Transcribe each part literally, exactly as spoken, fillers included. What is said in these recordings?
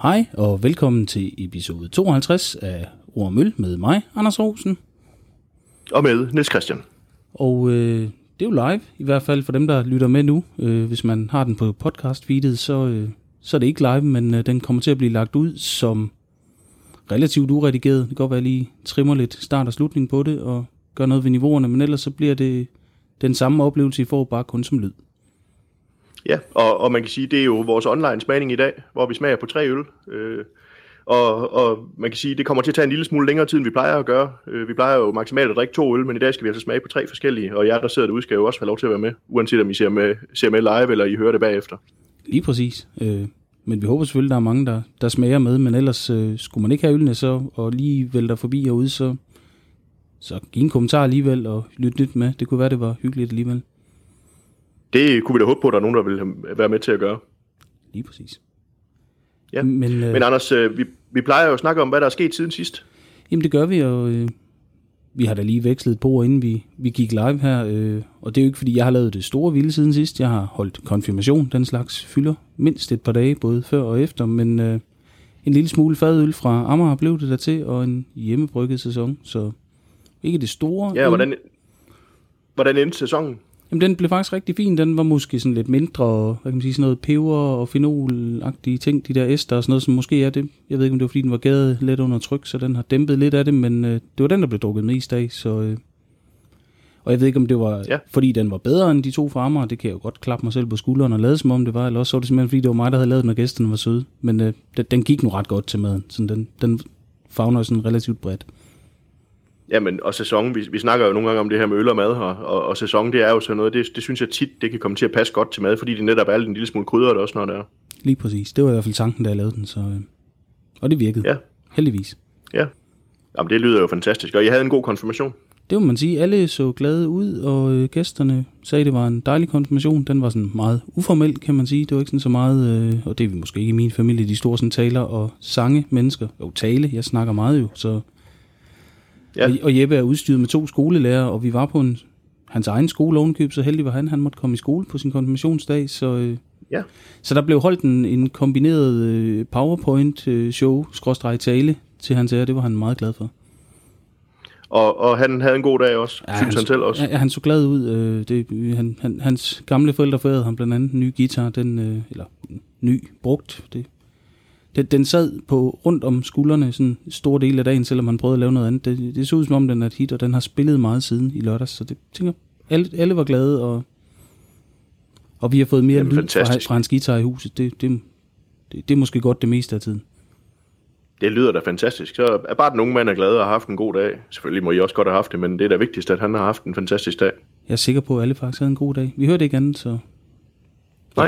Hej og velkommen til episode tooghalvtreds af Ord og Møl med mig, Anders Rosen. Og med Niels Christian. Og øh, det er jo live, i hvert fald for dem, der lytter med nu. Øh, hvis man har den på podcast-feedet, så, øh, så er det ikke live, men øh, den kommer til at blive lagt ud som relativt uredigeret. Det kan godt være, at jeg lige trimmer lidt start og slutning på det og gør noget ved niveauerne, men ellers så bliver det den samme oplevelse, I får, bare kun som lyd. Ja, og, og man kan sige, det er jo vores online smagning i dag, hvor vi smager på tre øl. Øh, og, og man kan sige, det kommer til at tage en lille smule længere tid, end vi plejer at gøre. Øh, vi plejer jo maksimalt at drikke to øl, men i dag skal vi altså smage på tre forskellige. Og jer, der sidder derude, skal jo også have lov til at være med, uanset om I ser med, ser med live, eller I hører det bagefter. Lige præcis. Øh, men vi håber selvfølgelig, der er mange, der, der smager med, men ellers øh, skulle man ikke have ølene så, og lige vælter forbi herude, så, så giv en kommentar alligevel, og lyt lidt med. Det kunne være, det var hyggeligt alligevel. Det kunne vi da håbe på, at der er nogen, der vil være med til at gøre. Lige præcis. Ja. Men, øh, Men Anders, øh, vi, vi plejer jo at snakke om, hvad der er sket siden sidst. Jamen det gør vi, og øh, vi har da lige vekslet et bord, inden vi, vi gik live her. Øh, og det er jo ikke, fordi jeg har lavet det store vilde siden sidst. Jeg har holdt konfirmation, den slags fylder mindst et par dage, både før og efter. Men øh, en lille smule fadøl fra Amager blev det der til, og en hjemmebrygget sæson. Så ikke det store. Ja, hvordan, hvordan endte sæsonen? Jamen, den blev faktisk rigtig fin. Den var måske sådan lidt mindre, hvad kan man sige, sådan noget peber og fenolagtige ting, de der ester og sådan noget, som måske er det. Jeg ved ikke, om det var, fordi den var gadet lidt under tryk, så den har dæmpet lidt af det, men øh, det var den, der blev drukket mest af, så... Øh, og jeg ved ikke, om det var, ja. fordi den var bedre end de to fra Amager. Det kan jeg jo godt klappe mig selv på skulderen og lade som om det var, eller også så var det simpelthen, fordi det var mig, der havde lavet den, når gæsterne var søde. Men øh, den, den gik nu ret godt til maden, så den, den favner sådan relativt bredt. Jamen, og sæson, vi, vi snakker jo nogle gange om det her med øl og mad, og, og, og sæson, det er jo sådan noget, det, det synes jeg tit, det kan komme til at passe godt til mad, fordi det netop er en lille smule krydret også, når det er. Lige præcis. Det var i hvert fald tanken, da jeg lavede den, så... Øh, og det virkede. Ja. Heldigvis. Ja. Jamen, det lyder jo fantastisk, og I havde en god konfirmation. Det må man sige. Alle så glade ud, og øh, gæsterne sagde, det var en dejlig konfirmation. Den var sådan meget uformel, kan man sige. Det var ikke sådan så meget, øh, og det er vi måske ikke i min familie, de store sådan taler og sange mennesker. Jo, tale, jeg snakker meget jo, så... Ja. Og Jeppe er udstyret med to skolelærer, og vi var på en, hans egen skole ovenkøb, så heldig var han. Han måtte komme i skole på sin konfirmationsdag, så, øh, ja. så der blev holdt en, en kombineret øh, PowerPoint-show, skråstreg tale til hans ære. Det var han meget glad for. Og, og han havde en god dag også, ja, synes han, han selv også. Ja, han så glad ud. Øh, det, han, han, hans gamle forældre forærede ham blandt andet en ny guitar, den, øh, eller ny, brugt, det. Den, den sad på rundt om skuldrene sådan en stor del af dagen, selvom han prøvede at lave noget andet. Det, det så ud som om, den er et hit, og den har spillet meget siden i lørdags. Så det tænker alle, alle var glade, og, og vi har fået mere lyd fra, fra hans guitar i huset. Det, det, det, det er måske godt det meste af tiden. Det lyder da fantastisk. Så er bare den unge mand er glad og har haft en god dag. Selvfølgelig må I også godt have haft det, men det er da vigtigst, at han har haft en fantastisk dag. Jeg er sikker på, at alle faktisk havde en god dag. Vi hørte ikke andet, så... Nej.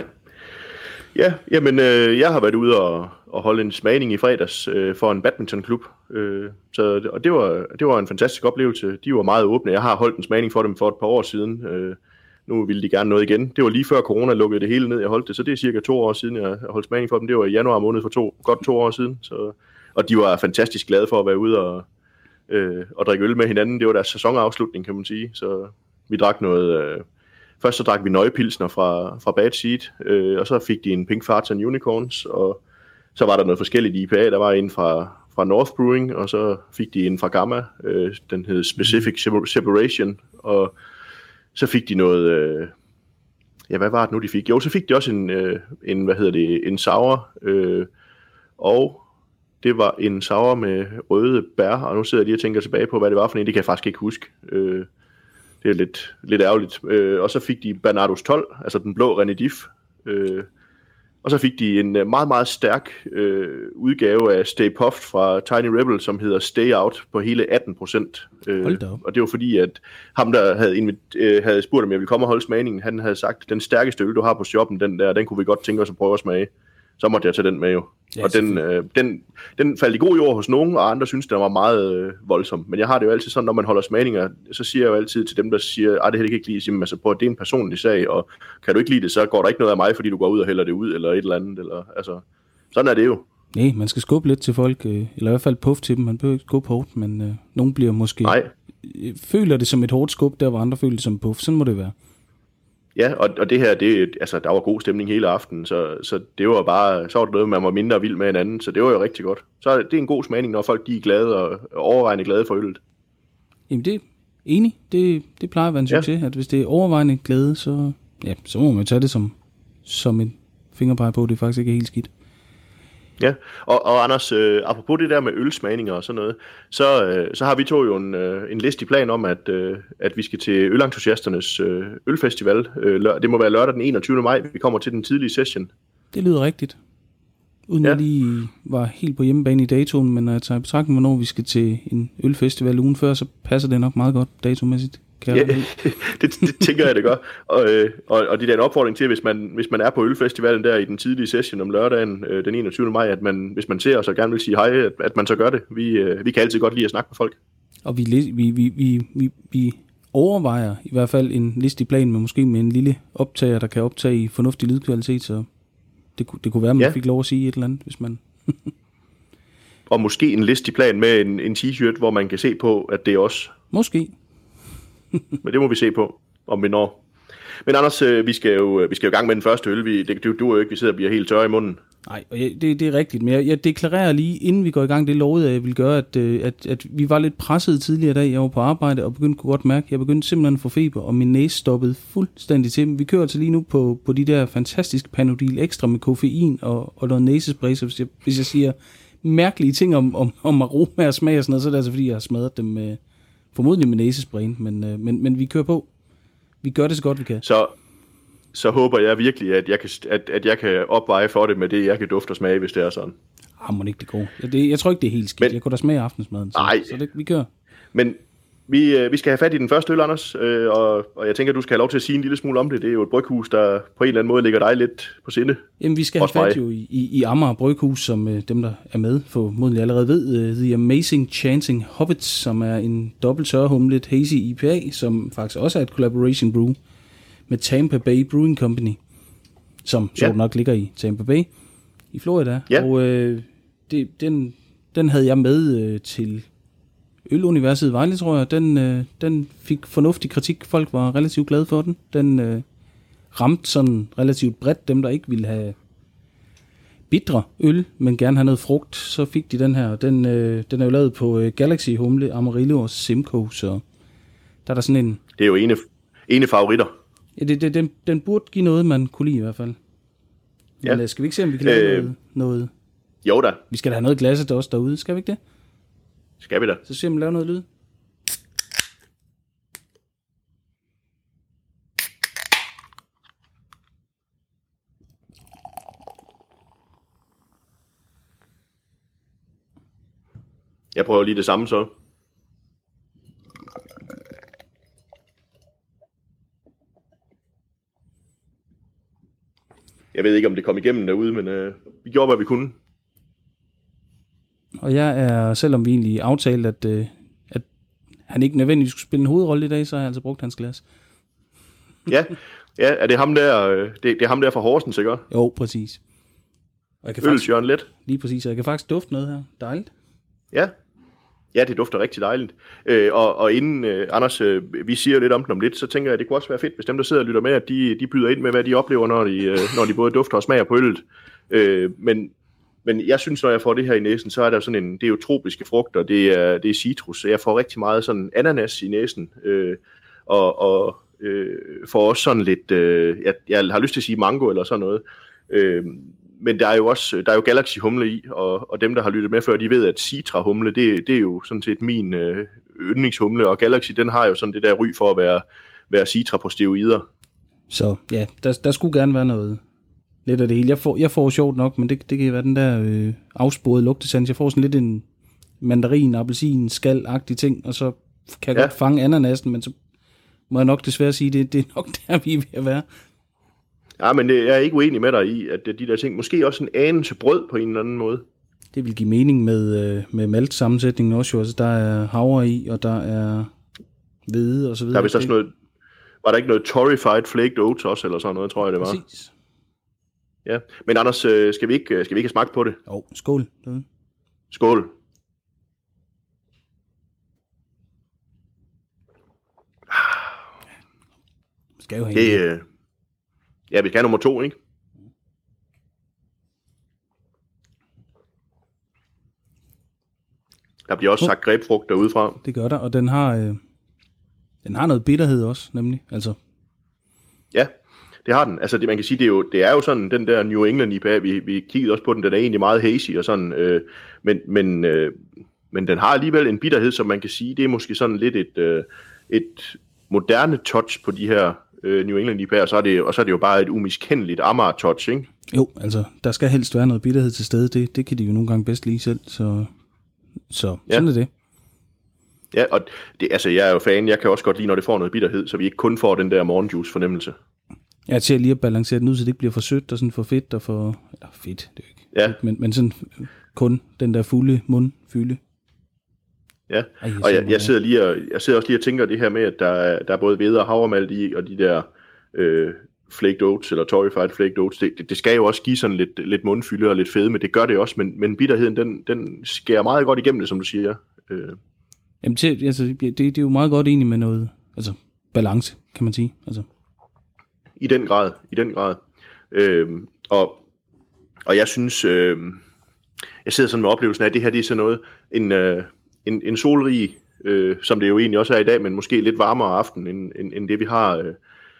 Ja, jamen øh, jeg har været ude og, og holde en smagning i fredags øh, for en badmintonklub, øh, så, og det var, det var en fantastisk oplevelse. De var meget åbne. Jeg har holdt en smagning for dem for et par år siden. Øh, nu ville de gerne noget igen. Det var lige før corona lukkede det hele ned, jeg holdt det, så det er cirka to år siden, jeg holdt smagning for dem. Det var i januar måned for to, godt to år siden. Så, og de var fantastisk glade for at være ude og, øh, og drikke øl med hinanden. Det var deres sæsonafslutning, kan man sige. Så vi drak noget... Øh, Først så drak vi nøjepilsner fra, fra Bad Seed, øh, og så fik de en Pink Farts and Unicorns, og så var der noget forskelligt i I P A. Der var en fra, fra North Brewing, og så fik de en fra Gamma, øh, den hed Specific Separation, og så fik de noget, øh, ja hvad var det nu de fik? Jo, så fik de også en, øh, en hvad hedder det, en sour, øh, og det var en sour med røde bær, og nu sidder jeg lige og tænker tilbage på, hvad det var for en, det kan jeg faktisk ikke huske. Øh, Det er lidt, lidt ærgerligt. Øh, og så fik de Bernardos tolv, altså den blå René Diff. Øh, og så fik de en meget, meget stærk øh, udgave af Stay Puft fra Tiny Rebel, som hedder Stay Out på hele atten procent. Øh, og det var fordi, at ham, der havde, invit- øh, havde spurgt, om jeg ville komme og holde smagningen, han havde sagt, den stærkeste øl, du har på shoppen, den der, den kunne vi godt tænke os at prøve at smage. Så måtte jeg tage den med jo. Ja, og den, øh, den, den faldt i god jord hos nogen, og andre synes, den var meget øh, voldsom. Men jeg har det jo altid sådan, når man holder smagninger, så siger jeg jo altid til dem, der siger, at det kan ikke lide, siger, altså, prøv, det er en personlig sag, og kan du ikke lide det, så går der ikke noget af mig, fordi du går ud og hælder det ud, eller et eller andet. Eller, altså, sådan er det jo. Nej, man skal skubbe lidt til folk, øh, eller i hvert fald puff til dem. Man behøver ikke skubbe hårdt, men øh, nogen bliver måske... Nej. Føler det som et hårdt skub, der hvor andre føler det som puff. Sådan må det være. Ja, og, og det her, det, altså, der var god stemning hele aftenen, så, så det var bare, så var det noget, man var mindre vild med en anden, så det var jo rigtig godt. Så det er en god smagning, når folk de er glade og overvejende glade for øllet. Jamen det er enig, det, det plejer at være en succes, ja. At hvis det er overvejende glæde, så, ja, så må man tage det som, som en fingerpege på, det er faktisk ikke helt skidt. Ja, og, og Anders, øh, apropos det der med ølsmagninger og sådan noget, så, øh, så har vi to jo en, øh, en liste i plan om, at, øh, at vi skal til Ølentusiasternes øh, ølfestival. Øh, lør, det må være lørdag den enogtyvende maj, vi kommer til den tidlige session. Det lyder rigtigt. Uden ja. At lige var helt på hjemmebane i datoen, men når jeg tager i betragtning, hvornår vi skal til en ølfestival ugen før, så passer det nok meget godt datomæssigt. Ja, det, det tænker jeg, det gør. Og, øh, og, og det er en opfordring til, hvis man, hvis man er på ølfestivalen der i den tidlige session om lørdagen, øh, den enogtyvende maj, at man, hvis man ser os og gerne vil sige hej, at, at man så gør det. Vi, øh, vi kan altid godt lide at snakke med folk. Og vi, vi, vi, vi, vi, vi overvejer i hvert fald en liste i plan, med måske med en lille optager, der kan optage i fornuftig lydkvalitet, så det, det kunne være, at man ja. fik lov at sige et eller andet, hvis man... Og måske en liste i plan med en, en t-shirt, hvor man kan se på, at det er os. Måske. Men det må vi se på, om vi når. Men Anders, vi skal jo, vi skal jo i gang med den første øl. Vi, det, du, du er jo ikke, vi sidder og bliver helt tørre i munden. Nej, det, det er rigtigt. Men jeg, jeg deklarerer lige, inden vi går i gang, det lovede, at jeg ville gøre, at, at, at vi var lidt presset tidligere i dag. Jeg var på arbejde og begyndte kunne godt mærke, at jeg begyndte simpelthen at få feber, og min næse stoppede fuldstændig til. Vi kører til lige nu på, på de der fantastiske Panodil Extra med koffein og, og noget næsespray. Så hvis jeg, hvis jeg siger mærkelige ting om, om, om aroma og smag og sådan noget, så er det altså, fordi jeg har smadret dem med... Formodentlig med næsesprayen, men, øh, men, men vi kører på. Vi gør det så godt, vi kan. Så, så håber jeg virkelig, at jeg, kan, at, at jeg kan opveje for det med det, jeg kan dufte og smage, hvis det er sådan. Ah, må ikke det gå. Jeg, det, jeg tror ikke, det er helt skidt. Men, jeg kunne da smage aftensmaden. Så, nej. Så det, vi kører. Men vi, øh, vi skal have fat i den første øl, Anders, øh, og, og jeg tænker, at du skal have lov til at sige en lille smule om det. Det er jo et bryghus, der på en eller anden måde ligger dig lidt på sinde. Jamen, vi skal have fat jo i, i, i Amager Bryghus, som øh, dem, der er med, formodentlig allerede ved. Øh, The Amazing Chanting Hobbits, som er en dobbelt tørrehumlet hazy I P A, som faktisk også er et collaboration brew med Tampa Bay Brewing Company, som så ja. nok ligger i Tampa Bay i Florida. Ja. Og øh, det, den, den havde jeg med øh, til... Øluniverset i Vejle, tror jeg, den, øh, den fik fornuftig kritik. Folk var relativt glade for den. Den øh, ramte sådan relativt bredt dem, der ikke ville have bitre øl, men gerne have noget frugt. Så fik de den her. Den, øh, den er jo lavet på øh, Galaxy Humle, Amarillo og Simcoe, så der er der sådan en... Det er jo ene, ene favoritter. Ja, det, det, den, den burde give noget, man kunne lide i hvert fald. Men ja. øh, skal vi ikke se, om vi kan lave øh, noget, noget... Jo da. Vi skal da have noget glasset også derude, skal vi ikke det? Skal vi da. Så se, om vi laver noget lyd. Jeg prøver lige det samme så. Jeg ved ikke, om det kom igennem derude, men øh, vi gjorde, hvad vi kunne. Og jeg er, selvom vi egentlig aftalte, at, øh, at han ikke nødvendigvis skulle spille en hovedrolle i dag, så har jeg altså brugt hans glas. Ja, ja, er det ham der, øh, det, det er ham der fra Horsens, ikke? Jo, præcis. Og jeg kan faktisk, Jørgen Let. Lige præcis, og jeg kan faktisk dufte noget her. Dejligt. Ja, ja, det dufter rigtig dejligt. Øh, og, og inden, øh, Anders, øh, vi siger lidt om den om lidt, så tænker jeg, at det kunne også være fedt, hvis dem, der sidder og lytter med, at de, de byder ind med, hvad de oplever, når de, øh, når de både dufter og smager på øllet. Øh, men Men jeg synes, når jeg får det her i næsen, så er der sådan en, det er jo tropiske frugter, det er, det er citrus, så jeg får rigtig meget sådan ananas i næsen, øh, og, og øh, får også sådan lidt, øh, jeg, jeg har lyst til at sige mango eller sådan noget, øh, men der er jo også, der er jo Galaxy humle i, og, og dem, der har lyttet med før, de ved, at Citra humle, det, det er jo sådan set min øh, yndlingshumle, og Galaxy, den har jo sådan det der ry for at være, være Citra på steroider. Så ja, der, der skulle gerne være noget. Lidt af det hele. Jeg får, jeg får sjovt nok, men det, det kan være den der øh, afsporede lugtesans. Jeg får sådan lidt en mandarin, appelsin, skal-agtig ting, og så kan jeg ja. godt fange ananasen, men så må jeg nok desværre sige, det, det er nok der, vi er ved at være. Ja, men det, jeg er ikke uenig med dig i, at de der ting, måske også en anelse brød på en eller anden måde. Det vil give mening med, øh, med maltsammensætningen også jo. Altså, der er havre i, og der er hvede og så videre. Der er vist også noget, var der ikke noget torrefied flaked oats også, eller sådan noget, tror jeg det var. Præcis. Ja, men Anders, skal vi ikke, skal vi ikke smage på det? Jo, skål. Derude. Skål. Skal jo det, Ja, vi skal have nummer to, ikke? Der bliver også sagt grebfrugt derudefra. Det gør der, og den har, øh, den har noget bitterhed også, nemlig. Altså. Ja, det har den. Altså, det, man kan sige, det er jo, det er jo sådan, den der New England I P A, vi, vi kiggede også på den, den er egentlig meget hazy og sådan, øh, men, men, øh, men den har alligevel en bitterhed, som man kan sige, det er måske sådan lidt et, øh, et moderne touch på de her øh, New England I P A'er, og så er det, og så er det jo bare et umiskendeligt Amager-touch, ikke? Jo, altså, der skal helst være noget bitterhed til stede, det, det kan de jo nogle gange bedst lide selv, så, så ja. Sådan er det. Ja, og det, altså, jeg er jo fan, jeg kan også godt lide, når det får noget bitterhed, så vi ikke kun får den der morgenjuice-fornemmelse. Ja, til at lige at balancere den ud, så det ikke bliver for sødt og sådan for fedt og for... Eller fedt, det er jo ikke. Ja. Fedt, men, men sådan kun den der fulde mundfylde. Ja, Ej, jeg og jeg, jeg, sidder lige og, jeg sidder også lige og tænker det her med, at der er, der er både hvede og havremalt i, og de der øh, flaked oats, eller torrefied flaked oats, det, det, det skal jo også give sådan lidt, lidt mundfylde og lidt fede, men det gør det også, men, men bitterheden, den, den skærer meget godt igennem det, som du siger. Øh. Jamen, til, altså, det, det er jo meget godt egentlig med noget, altså balance, kan man sige, altså. I den grad, i den grad. Øh, og, og jeg synes, øh, jeg sidder sådan med oplevelsen af, at det her, det er sådan noget, en... Øh, En, en solrig, øh, som det jo egentlig også er i dag, men måske lidt varmere aften, end, end, end, det, vi har, øh,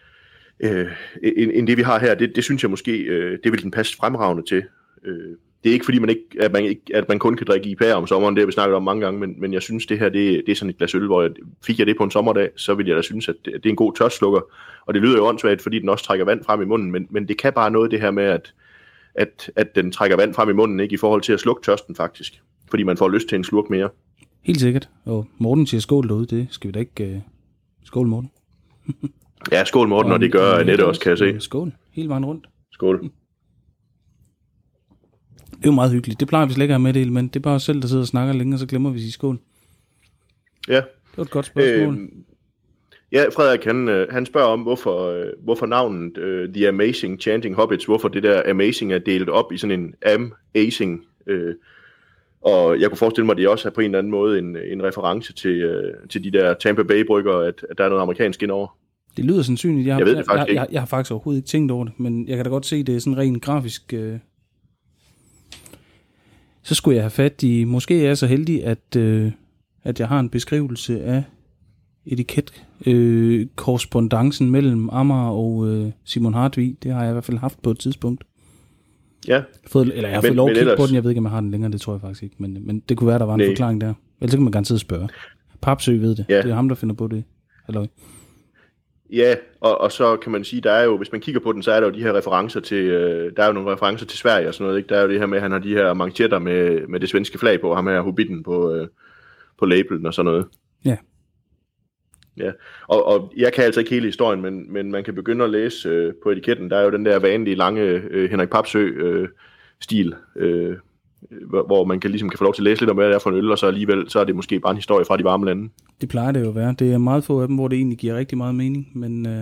øh, end, end det, vi har her. Det, det synes jeg måske, øh, det vil den passe fremragende til. Øh, det er ikke, fordi man ikke, at, man ikke, at man kun kan drikke I P A om sommeren, det har vi snakket om mange gange, men, men jeg synes, det her det, det er sådan et glas øl, hvor jeg, fik jeg det på en sommerdag, så vil jeg da synes, at det, at det er en god tørstslukker. Og det lyder jo åndssvagt, fordi den også trækker vand frem i munden, men, men det kan bare noget det her med, at, at, at den trækker vand frem i munden, ikke i forhold til at slukke tørsten faktisk. Fordi man får lyst til en slurk mere. Helt sikkert. Og Morten siger skål derude, det skal vi da ikke... Uh... Skål, Morten. Ja, skål, Morten, og, og det gør Annette også, kan jeg se. Skål. Hele vejen rundt. Skål. Det er jo meget hyggeligt. Det plejer vi slet ikke at have med det element. Det er bare os selv, der sidder og snakker længe, og så glemmer vi at sige skål. Ja. Det var et godt spørgsmål. Øh, ja, Frederik, han, han spørger om, hvorfor, hvorfor navnet uh, The Amazing Chanting Hobbits, hvorfor det der amazing er delt op i sådan en amazing... Uh, Og jeg kunne forestille mig, at det også er på en eller anden måde en, en reference til, øh, til de der Tampa Bay-brygger, at, at der er noget amerikansk indover. Det lyder sandsynligt. Jeg, har, jeg ved det faktisk jeg, ikke. Jeg, jeg har faktisk overhovedet ikke tænkt over det, men jeg kan da godt se, at det er sådan rent grafisk. Øh... Så skulle jeg have fat i, måske er jeg så heldig, at, øh, at jeg har en beskrivelse af etiket, øh, korrespondancen mellem Amager og øh, Simon Hartvig. Det har jeg i hvert fald haft på et tidspunkt. Ja. Fået, eller jeg har men, fået lov at kigge ellers... på den, jeg ved ikke, om jeg har den længere, det tror jeg faktisk ikke, men, men det kunne være, der var en Nej. forklaring der. Ellers kan man garanteret spørge. Papsø ved det, ja. Det er ham, der finder på det. Halløj. Ja, og, og så kan man sige, der er jo, hvis man kigger på den, så er der jo de her referencer til, øh, der er jo nogle referencer til Sverige og sådan noget, ikke? Der er jo det her med, at han har de her manchetter med, med det svenske flag på, ham her hobbiten på, øh, på labelen og sådan noget. Ja. Ja, og, og jeg kan altså ikke hele historien, men, men man kan begynde at læse øh, på etiketten. Der er jo den der vanlige lange øh, Henrik Papsø øh, stil, øh, hvor, hvor man kan, ligesom kan få lov til at læse lidt om, hvad det er for en øl, og så alligevel, så er det måske bare en historie fra de varme lande. Det plejer det jo at være. Det er meget få af dem, hvor det egentlig giver rigtig meget mening, men, øh,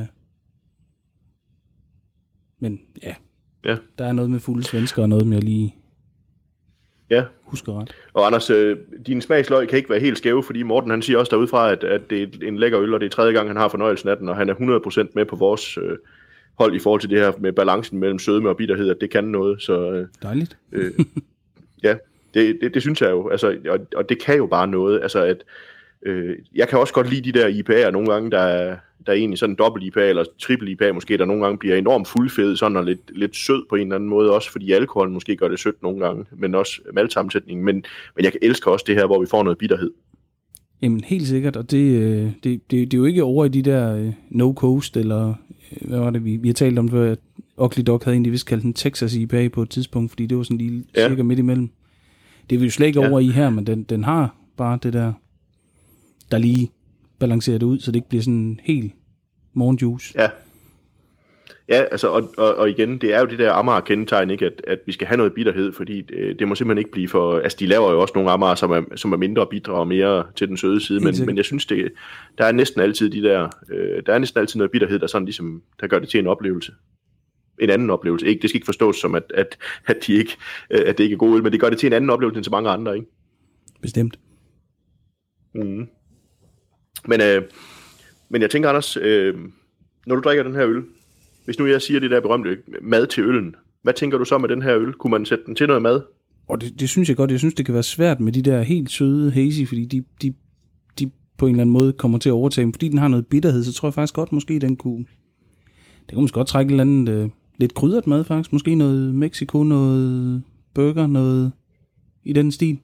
men ja. ja, der er noget med fulde svensker, og noget med at lige... Ja. Husker ret. Og Anders, øh, din smagsløg kan ikke være helt skæve, fordi Morten han siger også derudfra, at, at det er en lækker øl, og det er tredje gang, han har fornøjelsen af den, og han er hundrede procent med på vores øh, hold i forhold til det her med balancen mellem sødme og bitterhed, at det kan noget. Så, øh, Dejligt. øh, ja, det, det, det synes jeg jo, altså, og, og det kan jo bare noget. Altså, at, øh, jeg kan også godt lide de der I P A'er nogle gange, der er, der er egentlig sådan en dobbelt I P A eller triple I P A måske, der nogle gange bliver enormt fuldfed, sådan og lidt, lidt sød på en eller anden måde, også fordi alkoholen måske gør det sødt nogle gange, men også maltsammensætningen, men, men jeg elsker også det her, hvor vi får noget bitterhed. Jamen helt sikkert, og det, det, det, det er jo ikke over i de der no coast, eller hvad var det, vi, vi har talt om før, at Ugly Dog havde egentlig vist kaldt den Texas I P A på et tidspunkt, fordi det var sådan lige ja. cirka midt imellem. Det er vi jo slet ikke ja. over i her, men den, den har bare det der, der lige balancerer det ud, så det ikke bliver sådan helt morgenjuice. Ja. Ja, altså, og, og, og igen, det er jo det der Amager-kendetegn, ikke, at, at vi skal have noget bitterhed, fordi det, det må simpelthen ikke blive for... Altså, de laver jo også nogle Amager, som er, som er mindre bitre og mere til den søde side, men, men jeg synes, det, der er næsten altid de der... Øh, der er næsten altid noget bitterhed, der sådan ligesom, der gør det til en oplevelse. En anden oplevelse. Ikke, det skal ikke forstås som, at, at, at, de ikke, at det ikke er god øl, men det gør det til en anden oplevelse end til mange andre, ikke? Bestemt. Mm. Men, øh, men jeg tænker, Anders, øh, når du drikker den her øl, hvis nu jeg siger det der berømte mad til øllen, hvad tænker du så med den her øl? Kunne man sætte den til noget mad? Og det, det synes jeg godt. Jeg synes, det kan være svært med de der helt søde hazy, fordi de, de, de på en eller anden måde kommer til at overtage. Fordi den har noget bitterhed, så tror jeg faktisk godt, måske den kunne... Det kunne måske godt trække et eller andet øh, lidt krydret mad, faktisk. Måske noget Mexico, noget burger, noget i den stil.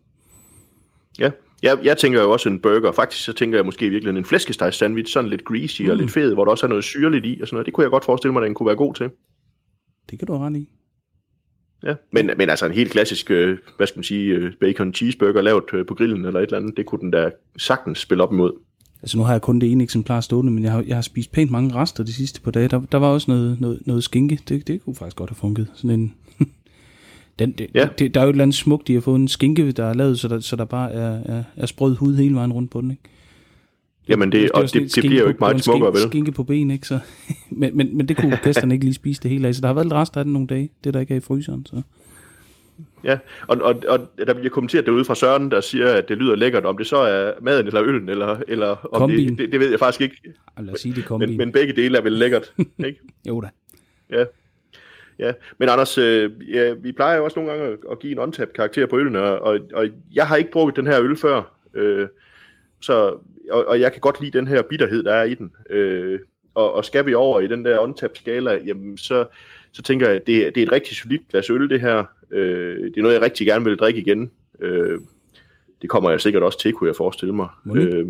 Ja, jeg, jeg tænker jo også en burger. Faktisk så tænker jeg måske virkelig en flæskesteg sandwich, sådan lidt greasy mm. og lidt fed, hvor der også er noget syrligt i og sådan noget. Det kunne jeg godt forestille mig, at den kunne være god til. Det kan du have ret i. Ja, men, men altså en helt klassisk, øh, hvad skal man sige, øh, bacon cheeseburger lavet øh, på grillen eller et eller andet, det kunne den da sagtens spille op imod. Altså nu har jeg kun det ene eksemplar stående, men jeg har, jeg har spist pænt mange rester de sidste par dage. Der, der var også noget, noget, noget skinke, det, det kunne faktisk godt have funket. Sådan en, den, det, ja. det, der er jo et eller andet smukt, de har fået en skinke, der er lavet, så der, så der bare er, er, er sprød hud hele vejen rundt på den, ikke? Jamen det, det, og det, det, det bliver jo ikke meget smukkere, vel? Skinke på ben, ikke? Så, men, men, men det kunne gæsterne ikke lige spise det hele af, så der har været lidt rester af den nogle dage, det der ikke er i fryseren, så... Ja, og, og, og der bliver kommenteret derude fra Søren, der siger, at det lyder lækkert, om det så er maden eller øllen, eller, eller om det, det, det ved jeg faktisk ikke. Lad os sige, det men, men begge dele er vel lækkert, ikke? Jo da. Ja. Ja, men Anders, øh, ja, vi plejer jo også nogle gange at, at give en untapped karakter på øllen, og, og, og jeg har ikke drukket den her øl før, øh, så, og, og jeg kan godt lide den her bitterhed, der er i den. Øh, og, og skal vi over i den der untapped skala, jamen så, så tænker jeg, at det, det er et rigtig solidt glas øl, det her. Øh, det er noget, jeg rigtig gerne vil drikke igen. Øh, det kommer jeg sikkert også til, kunne jeg forestille mig. Øh,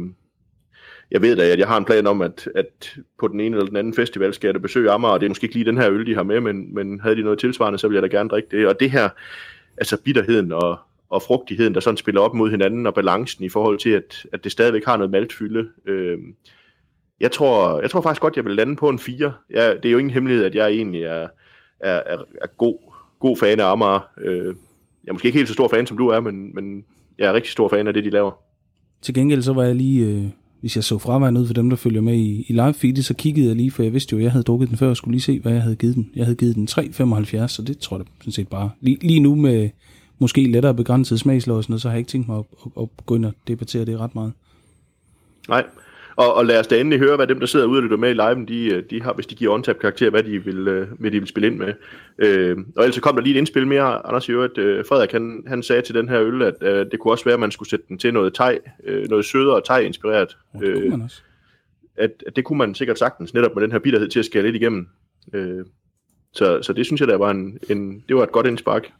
jeg ved da, at jeg har en plan om, at, at på den ene eller den anden festival skal jeg da besøge Amager, og det er måske ikke lige den her øl, de har med, men, men havde de noget tilsvarende, så vil jeg da gerne drikke det. Og det her, altså bitterheden og, og frugtigheden, der sådan spiller op mod hinanden, og balancen i forhold til, at, at det stadigvæk har noget maltfylde. Øh, jeg, tror, jeg tror faktisk godt, jeg vil lande på en fire. Jeg, det er jo ingen hemmelighed, at jeg egentlig er, er, er, er god, god fan af Amager. Øh, jeg er måske ikke helt så stor fan, som du er, men, men jeg er rigtig stor fan af det, de laver. Til gengæld så var jeg lige... Øh... Hvis jeg så fravejen ud for dem, der følger med i, i live-feedet, så kiggede jeg lige, for jeg vidste jo, at jeg havde drukket den før, og skulle lige se, hvad jeg havde givet den. Jeg havde givet den tre komma femoghalvfjerds, så det tror jeg sådan set bare. Lige, lige nu med måske lettere begrænset smagsløg og sådan noget, så har jeg ikke tænkt mig at, at, at gå ind og debattere det ret meget. Nej, og, og lad os da endelig høre, hvad dem, der sidder ude og lytter med i liven, de, de har, hvis de giver on-tap karakter, hvad de vil, hvad de vil spille ind med. Øh, og ellers så kom der lige et indspil mere, Anders, i øvrigt. Øh, Frederik, han, han sagde til den her øl, at øh, det kunne også være, at man skulle sætte den til noget thai, øh, noget sødere og thai-inspireret. Oh, det kunne man også. Øh, at, at det kunne man sikkert sagtens, netop med den her bitterhed til at skære lidt igennem. Øh, så, så det synes jeg, der var en, en, det var et godt indspark.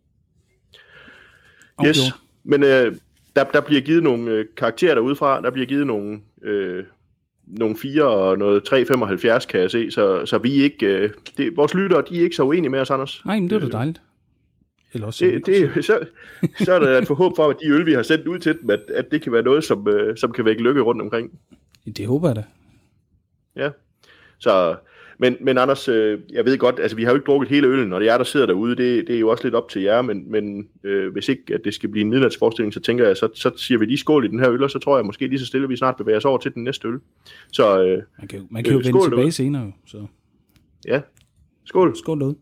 Okay. Yes, men... Øh, Der, der bliver givet nogle øh, karakterer derudefra, der bliver givet nogle, øh, nogle fire og noget tre komma femoghalvfjerds, kan jeg se, så, så vi ikke, øh, det, vores lyttere, de er ikke så uenige med os, Anders. Nej, men det er da dejligt. Eller også, det, det, så, så er der et forhåb for, at de øl, vi har sendt ud til dem, at, at det kan være noget, som, øh, som kan vække lykke rundt omkring. Det håber jeg da. Ja, så... Men, men Anders, øh, jeg ved godt, altså vi har jo ikke drukket hele øllen, og det er jer, der sidder derude, det, det er jo også lidt op til jer, men, men øh, hvis ikke at det skal blive en midnatsforestilling, så tænker jeg, så, så siger vi lige skål i den her øl, og så tror jeg måske lige så stille, vi snart bevæger os over til den næste øl. Så, øh, man kan, man kan jo øh, vende tilbage derude. Senere. Så. Ja, skål. Skål derude.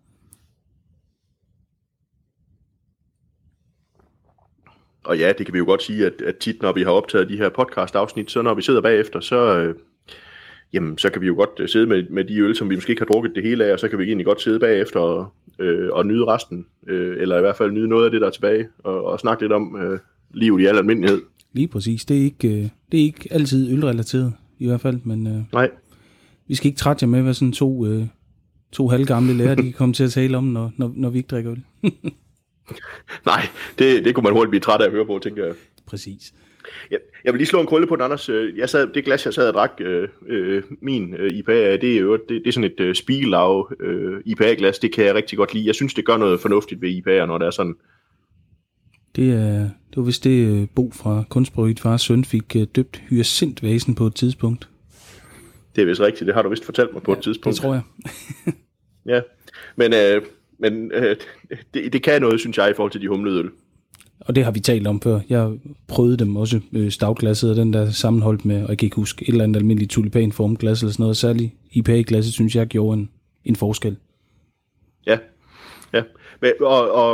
Og ja, det kan vi jo godt sige, at, at tit når vi har optaget de her podcast-afsnit, så når vi sidder bagefter, så... Øh, jamen, så kan vi jo godt sidde med, med de øl, som vi måske ikke har drukket det hele af, og så kan vi egentlig godt sidde bagefter og, øh, og nyde resten, øh, eller i hvert fald nyde noget af det, der er tilbage, og, og snakke lidt om øh, livet i al almindelighed. Lige præcis. Det er ikke, øh, det er ikke altid ølrelateret, i hvert fald, men øh, nej. Vi skal ikke trætte jer med, hvad sådan to, øh, to halvgamle lærer, de kan komme til at tale om, når, når, når vi ikke drikker øl. Nej, det, det kunne man hurtigt blive træt af at høre på, tænker jeg. Præcis. Ja, jeg vil lige slå en krølle på den, Anders. Jeg sad, det glas, jeg sad og drak, øh, øh, min øh, I P A, det er jo det, det er sådan et øh, Spiegelau øh, I P A-glas. Det kan jeg rigtig godt lide. Jeg synes, det gør noget fornuftigt ved I P A'er, når det er sådan. Det, er, det var vist det, øh, Bo fra Kunstbryggeriet Fars Søn fik øh, døbt hyacintvasen på et tidspunkt. Det er vist rigtigt. Det har du vist fortalt mig på ja, et tidspunkt. Det tror jeg. Ja, men, øh, men øh, det, det kan noget, synes jeg, i forhold til de humlede øl. Og det har vi talt om før. Jeg prøvede dem også, øh, stavglasset og den der sammenholdt med, og jeg kan ikke huske, et eller andet almindeligt tulipanformglas eller sådan noget. Særligt I P A-glasset, synes jeg, gjorde en, en forskel. Ja, ja. Men, og, og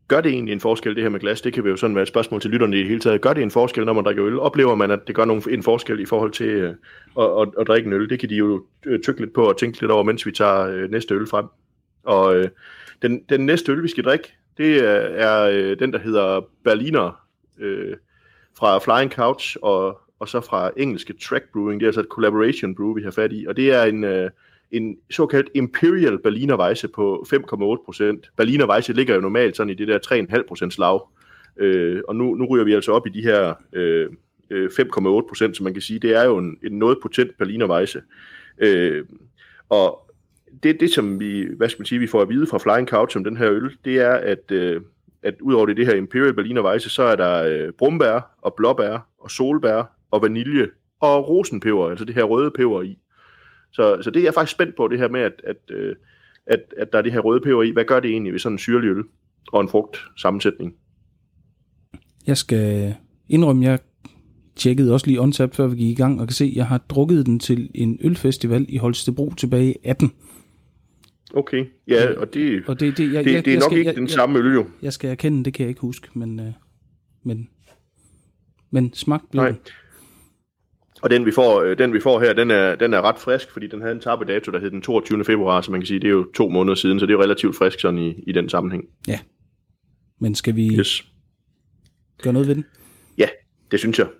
gør det egentlig en forskel, det her med glas? Det kan jo sådan være et spørgsmål til lytterne i det hele taget. Gør det en forskel, når man drikker øl? Oplever man, at det gør nogen, en forskel i forhold til øh, at, at, at drikke en øl? Det kan de jo tykke lidt på og tænke lidt over, mens vi tager øh, næste øl frem. Og øh, den, den næste øl, vi skal drikke, det er, er øh, den, der hedder Berliner øh, fra Flying Couch, og, og så fra engelske Track Brewing. Det er altså et collaboration brew, vi har fat i. Og det er en... Øh, en såkaldt Imperial Berliner Weisse på fem komma otte procent. Berliner Weisse ligger jo normalt sådan i det der tre komma fem procent lag. Øh, og nu, nu ryger vi altså op i de her øh, fem komma otte procent, som man kan sige, det er jo en, en noget potent Berliner Weisse. Øh, og det, det, som vi, hvad skal man sige, vi får at vide fra Flying Couch om den her øl, det er, at, øh, at udover det, det her Imperial Berliner Weisse, så er der øh, brumbær og blåbær og solbær og vanilje og rosenpeber, altså det her røde peber i. Så, så det er jeg faktisk spændt på, det her med, at, at, at, at der er det her røde peber i. Hvad gør det egentlig ved sådan en syrlig øl og en frugt sammensætning? Jeg skal indrømme, jeg tjekkede også lige OnTap, før vi gik i gang, og kan se, at jeg har drukket den til en ølfestival i Holstebro tilbage i atten. Okay, ja, og det, og det, det, jeg, det, jeg, det er jeg nok skal, ikke jeg, den jeg, samme øl, jo. Jeg skal erkende, det kan jeg ikke huske, men, men, men smagt blev det. Og den vi får, den vi får her, den er, den er ret frisk, fordi den havde en tappedato, der hed den toogtyvende februar, så man kan sige, det er jo to måneder siden, så det er jo relativt frisk sådan i, i den sammenhæng. Ja, men skal vi yes. gøre noget ved den? Ja, det synes jeg.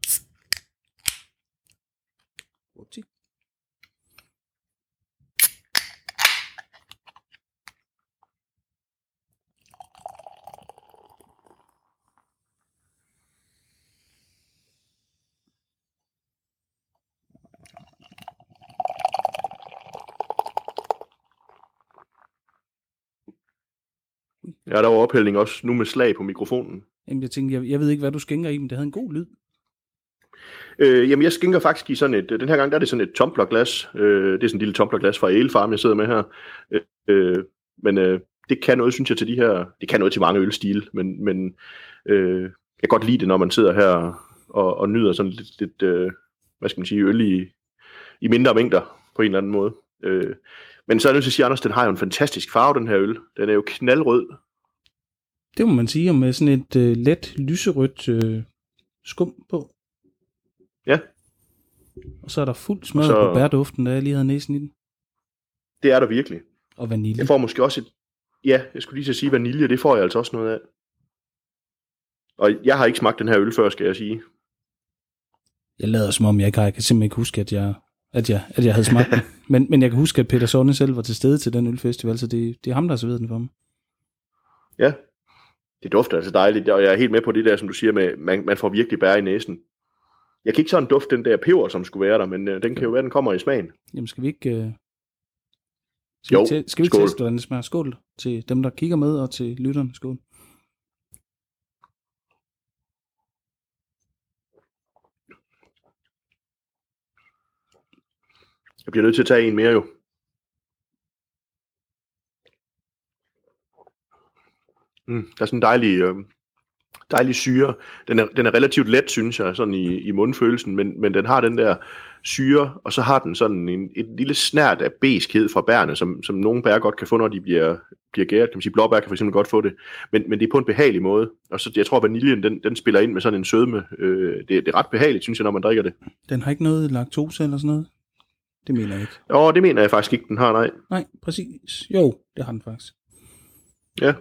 Ja, der var ophældning også nu med slag på mikrofonen. Jamen, jeg tænkte, jeg, jeg ved ikke, hvad du skænker i, men det havde en god lyd. Øh, jamen, jeg skænker faktisk i sådan et, den her gang, der er det sådan et tumblerglas. Øh, det er sådan et lille tumblerglas fra Ale Farm, jeg sidder med her. Øh, men øh, det kan noget, synes jeg, til de her, det kan noget til mange ølstile, men, men øh, jeg kan godt lide det, når man sidder her og, og nyder sådan lidt, lidt øh, hvad skal man sige, øl i, i mindre mængder, på en eller anden måde. Øh, men så er jeg nødt til at sige, Anders, den har jo en fantastisk farve, den her øl. Den er jo knaldrød. Det må man sige, og med sådan et øh, let lyserødt øh, skum på. Ja. Og så er der fuld smadret så... på bærduften, da jeg lige havde næsen i den. Det er der virkelig. Og vanilje. Jeg får måske også et... Ja, jeg skulle lige til at sige vanilje, det får jeg altså også noget af. Og jeg har ikke smagt den her øl før, skal jeg sige. Jeg lader som om, jeg ikke har. Jeg kan simpelthen ikke huske, at jeg, at jeg, at jeg havde smagt den. Men, men jeg kan huske, at Peter Sonne selv var til stede til den ølfestival, så det, det er ham, der har serveret den for mig. Ja, det dufter altså dejligt, og jeg er helt med på det der, som du siger, med man, man får virkelig bær i næsen. Jeg kan ikke sådan dufte den der peber, som skulle være der, men øh, den kan jo være, den kommer i smagen. Jamen skal vi ikke... Øh... Skal jo, vi, t- skal vi teste, hvordan det smager? Skål til dem, der kigger med, og til lytterne. Skål. Jeg bliver nødt til at tage en mere jo. Mm, der er sådan en dejlig, øh, dejlig syre. Den er, den er relativt let, synes jeg, sådan i, i mundfølelsen, men, men den har den der syre, og så har den sådan en, et lille snært af beskhed fra bærne, som, som nogle bær godt kan få, når de bliver, bliver gæret. Kan man sige, blåbær kan for eksempel godt få det, men, men det er på en behagelig måde. Og så jeg tror, at vaniljen, den, den spiller ind med sådan en sødme. Øh, det, det er ret behageligt, synes jeg, når man drikker det. Den har ikke noget laktose eller sådan noget? Det mener jeg ikke. Åh, det mener jeg faktisk ikke, den har, nej. Nej, præcis. Jo, det har den faktisk. Ja.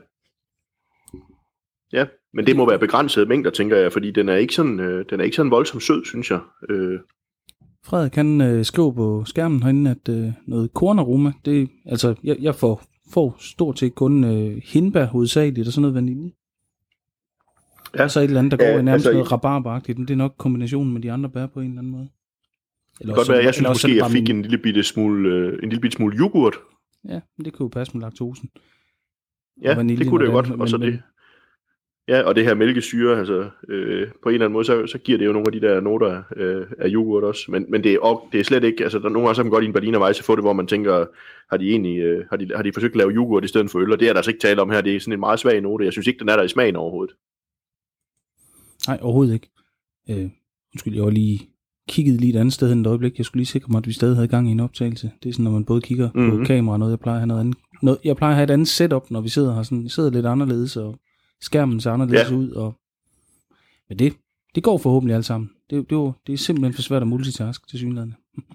Ja, men det må være begrænsede mængder, tænker jeg, fordi den er ikke sådan, øh, den er ikke sådan voldsomt sød, synes jeg. Øh. Frederik kan øh, skrive på skærmen herinde, at øh, noget kornaroma, det altså, jeg, jeg får, får stort set kun øh, hindbær hovedsageligt, og sådan noget vanilje. Ja. Og så et eller andet, der går ja, i nærmest altså, noget rabarberagtigt, men det er nok kombinationen med de andre bær på en eller anden måde. Eller godt være, jeg synes måske, jeg fik min... en lille bitte smule, øh, en lille bitte smule yoghurt. Ja, men det kunne jo passe med laktosen. Ja, det kunne det jo godt, men, og så men, det... Ja, og det her mælkesyre, altså øh, på en eller anden måde, så, så giver det jo nogle af de der noter øh, af yoghurt også. Men, men det, er, og, det er slet ikke, altså der nogle gange så kan godt i en Berliner Weisse få det, hvor man tænker, har de egentlig, øh, har, de, har de forsøgt at lave yoghurt i stedet for øl, og det er der altså ikke tale om her, det er sådan en meget svag note. Jeg synes ikke, den er der i smagen overhovedet. Nej, overhovedet ikke. Øh, undskyld, jeg var lige kigget lige et andet sted hen et øjeblik. Jeg skulle lige sikre mig, at vi stadig havde gang i en optagelse. Det er sådan, når man både kigger mm-hmm. på kamera og noget, jeg plejer at have noget andet. Noget, jeg plejer at have et andet setup, når vi sidder her, sådan, sidder lidt anderledes og skærmen ser anderledes ja. ud, og men det, det går forhåbentlig alt sammen. Det, det, var, det er simpelthen for svært at multitask til synligheden.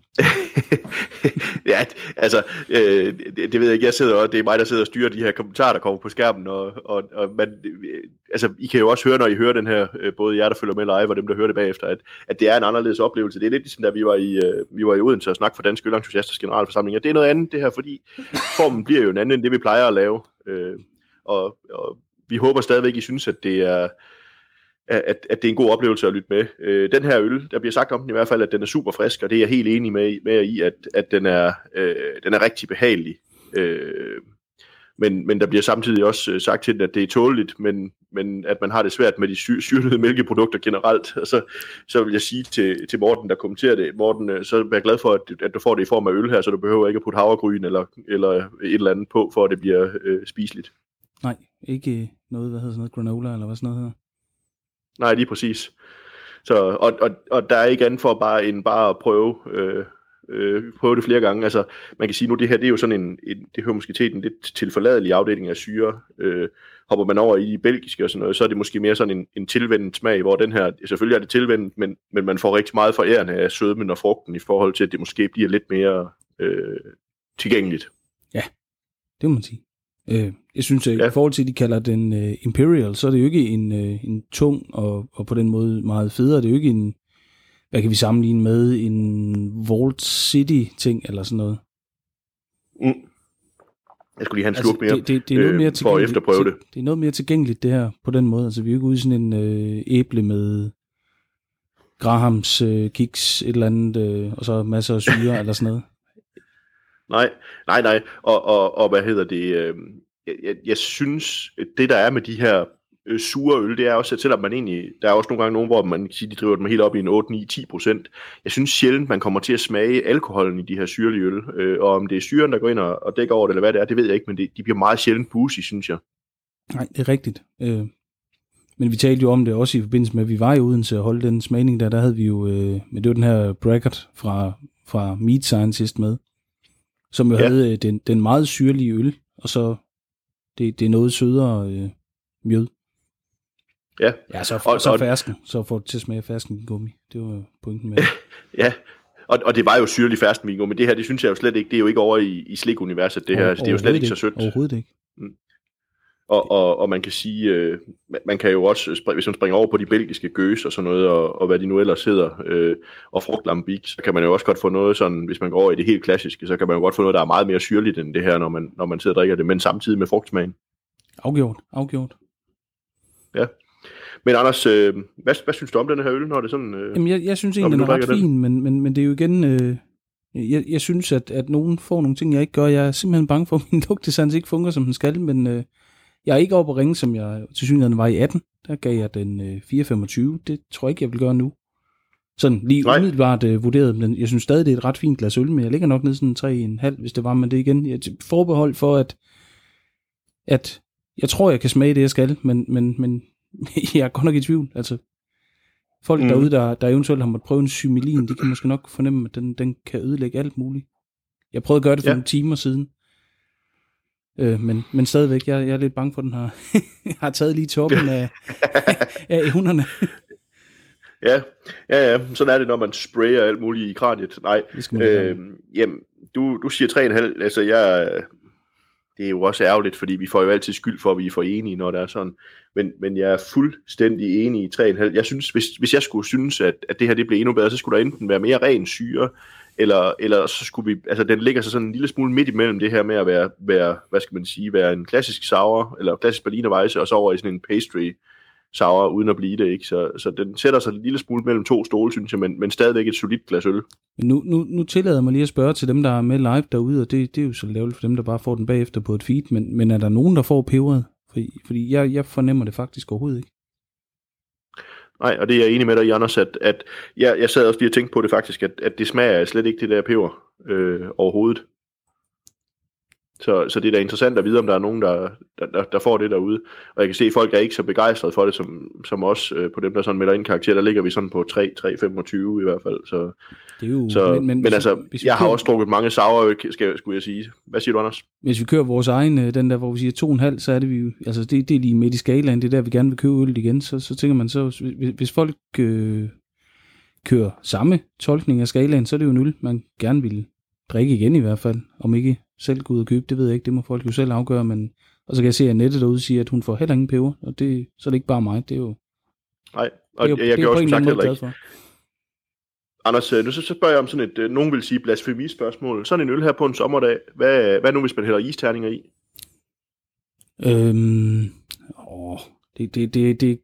Ja, altså, øh, det, det ved jeg ikke, jeg sidder og, det er mig, der sidder og styrer de her kommentarer, der kommer på skærmen, og, og, og man, altså, I kan jo også høre, når I hører den her, både jer, der følger med live, og dem, der hører det bagefter, at, at det er en anderledes oplevelse. Det er lidt ligesom, da vi var i, uh, vi var i Odense og snakke for Danske Ølentusiasters Generalforsamling, og det er noget andet, det her, fordi formen bliver jo en anden, end det, vi plejer at lave, øh, og, og vi håber stadigvæk, I synes, at det er, At, at det er en god oplevelse at lytte med. Øh, den her øl, der bliver sagt om den i hvert fald, at den er super frisk, og det er jeg helt enig med, med i, at, at den, er, øh, den er rigtig behagelig. Øh, men, men der bliver samtidig også sagt til den, at det er tåleligt, men, men at man har det svært med de sy- syrede mælkeprodukter generelt. Og så, så vil jeg sige til, til Morten, der kommenterer det, Morten, så vær glad for, at, at du får det i form af øl her, så du behøver ikke at putte havregryn eller, eller et eller andet på, for at det bliver øh, spiseligt. Nej, ikke noget, hvad hedder sådan noget, granola eller hvad sådan noget hedder. Nej, lige præcis. Så, og, og, og der er ikke andet for bare end bare at prøve, øh, øh, prøve det flere gange. Altså, man kan sige nu, det her det er jo sådan en, en det hører måske til en lidt tilforladelig afdeling af syre. Øh, hopper man over i de belgiske og sådan noget, så er det måske mere sådan en, en tilvendet smag, hvor den her, selvfølgelig er det tilvendet, men, men man får rigtig meget forærende af sødmen og frugten i forhold til, at det måske bliver lidt mere øh, tilgængeligt. Ja, det må man sige. Øh, jeg synes, at ja. I forhold til, at de kalder den uh, Imperial, så er det jo ikke en, uh, en tung og, og på den måde meget federe. Det er jo ikke en, hvad kan vi sammenligne med, en Vault City-ting eller sådan noget. Mm. Jeg skulle lige have en slurk altså, mere, det, det, det er noget mere øh, for at efterprøve det. Det er noget mere tilgængeligt, det her, på den måde. Altså, vi er jo ikke ude i sådan en øh, æble med Grahams øh, kiks, et eller andet, øh, og så masser af syre eller sådan noget. Nej, nej, nej, og, og, og hvad hedder det, øh, jeg, jeg synes, det der er med de her øh, sure øl, det er også, at selvom man egentlig, der er også nogle gange nogen, hvor man kan sige, de driver dem helt op i en otte, ni, ti procent, jeg synes sjældent, man kommer til at smage alkoholen i de her syrlige øl, øh, og om det er syren, der går ind og, og dækker over det, eller hvad det er, det ved jeg ikke, men det, de bliver meget sjældent boozy, synes jeg. Nej, det er rigtigt, øh, men vi talte jo om det også i forbindelse med, at vi var i Odense og holdt den smagning der, der havde vi jo, øh, men det var den her bracket fra, fra Meat Scientist med, som jo ja. havde den, den meget syrlige øl, og så det, det er noget sødere øh, mjød. Ja. Ja, så, og, så og, fersken, så får det til at smage fersken gummi. Det var pointen med det. Ja, og, og det var jo syrlig fersken gummi, men det her, det synes jeg jo slet ikke, det er jo ikke over i, i slik-universet, det her, det er jo slet ikke så sødt. Overhovedet ikke. Mm. Og, og, og man kan sige, øh, man kan jo også, hvis man springer over på de belgiske gøs og sådan noget, og, og hvad de nu ellers hedder, øh, og frugtlambik, så kan man jo også godt få noget sådan, hvis man går over i det helt klassiske, så kan man jo godt få noget, der er meget mere syrligt end det her, når man, når man sidder og drikker det, men samtidig med frugtsmagen. Afgjort, afgjort. Ja. Men Anders, øh, hvad, hvad synes du om den her øl, når det sådan... Øh, Jamen, jeg, jeg synes egentlig, den er ret den? fin, men, men, men det er jo igen... Øh, jeg, jeg synes, at, at nogen får nogle ting, jeg ikke gør. Jeg er simpelthen bange for, at min lugtesans ikke fungerer, som den skal, men... Øh, Jeg er ikke oppe at ringe, som jeg til synligheden var i atten. Der gav jeg den øh, fire komma femogtyve. Det tror jeg ikke, jeg vil gøre nu. Sådan lige Nej. umiddelbart øh, vurderet. Men jeg synes stadig, det er et ret fint glas øl, men jeg ligger nok ned sådan tre komma fem, hvis det var. Men det igen, jeg forbehold for, at, at jeg tror, jeg kan smage det, jeg skal. Men, men, men jeg er godt nok i tvivl. Altså, folk mm. derude, der, der eventuelt har måttet prøve en Symilin, de kan måske nok fornemme, at den, den kan ødelægge alt muligt. Jeg prøvede at gøre det for ja. nogle timer siden. Øh, men, men stadigvæk, jeg, jeg er lidt bange for, at den har, har taget lige toppen af, af hunderne. Ja, ja, ja, sådan er det, når man sprayer alt muligt i kraniet. Nej, øh, jamen, du, du siger tre komma fem, altså jeg, det er jo også ærgerligt, fordi vi får jo altid skyld for, at vi er for enige, når det er sådan. Men, men jeg er fuldstændig enig i tre komma fem. Jeg synes, hvis, hvis jeg skulle synes, at, at det her det blev endnu bedre, så skulle der enten være mere ren syre, eller, eller så skulle vi, altså den ligger så sådan en lille smule midt imellem det her med at være, være hvad skal man sige, være en klassisk sour, eller klassisk Berliner Weisse, og så over i sådan en pastry sour, uden at blive det, ikke? Så, så den sætter sig en lille smule mellem to stole, synes jeg, men, men stadigvæk et solidt glas øl. Nu, nu, nu tillader jeg mig lige at spørge til dem, der er med live derude, og det, det er jo så lavt for dem, der bare får den bagefter på et feed, men, men er der nogen, der får peberet? Fordi, fordi jeg, jeg fornemmer det faktisk overhovedet ikke. Nej, og det er jeg enig med dig, Anders, at, at jeg, jeg sad også lige og tænkte på det faktisk, at, at det smager slet ikke det der peber øh, overhovedet. Så, så det er da interessant at vide, om der er nogen, der, der, der, der får det derude. Og jeg kan se, at folk er ikke så begejstrede for det, som, som os øh, på dem, der sådan melder ind karakter. Der ligger vi sådan på tre tre femogtyve i hvert fald. Så, det er jo, så, men, men, men altså, hvis jeg kører, har også drukket mange sauer, skal, skulle jeg sige. Hvad siger du, Anders? Hvis vi kører vores egen, den der, hvor vi siger to komma fem, så er det vi altså det, det er lige midt i skalaen, det er der, vi gerne vil købe øl igen. Så, så tænker man så, hvis, hvis folk øh, kører samme tolkning af skalaen, så er det jo en øl, man gerne vil drikke igen i hvert fald. Om ikke selv gå ud og købe, det ved jeg ikke, det må folk jo selv afgøre, men og så kan jeg se, at Annette derude siger, at hun får heller ingen peber, og det, så er det ikke bare mig, det er jo... Nej, og det er jo, jeg, jeg det er gør også sagt heller ikke. For. Anders, nu så, så spørger jeg om sådan et, nogen vil sige blasfemispørgsmål. Sådan en øl her på en sommerdag, hvad, hvad nu hvis man hælder isterninger i? Øhm, åh, det, det, det, det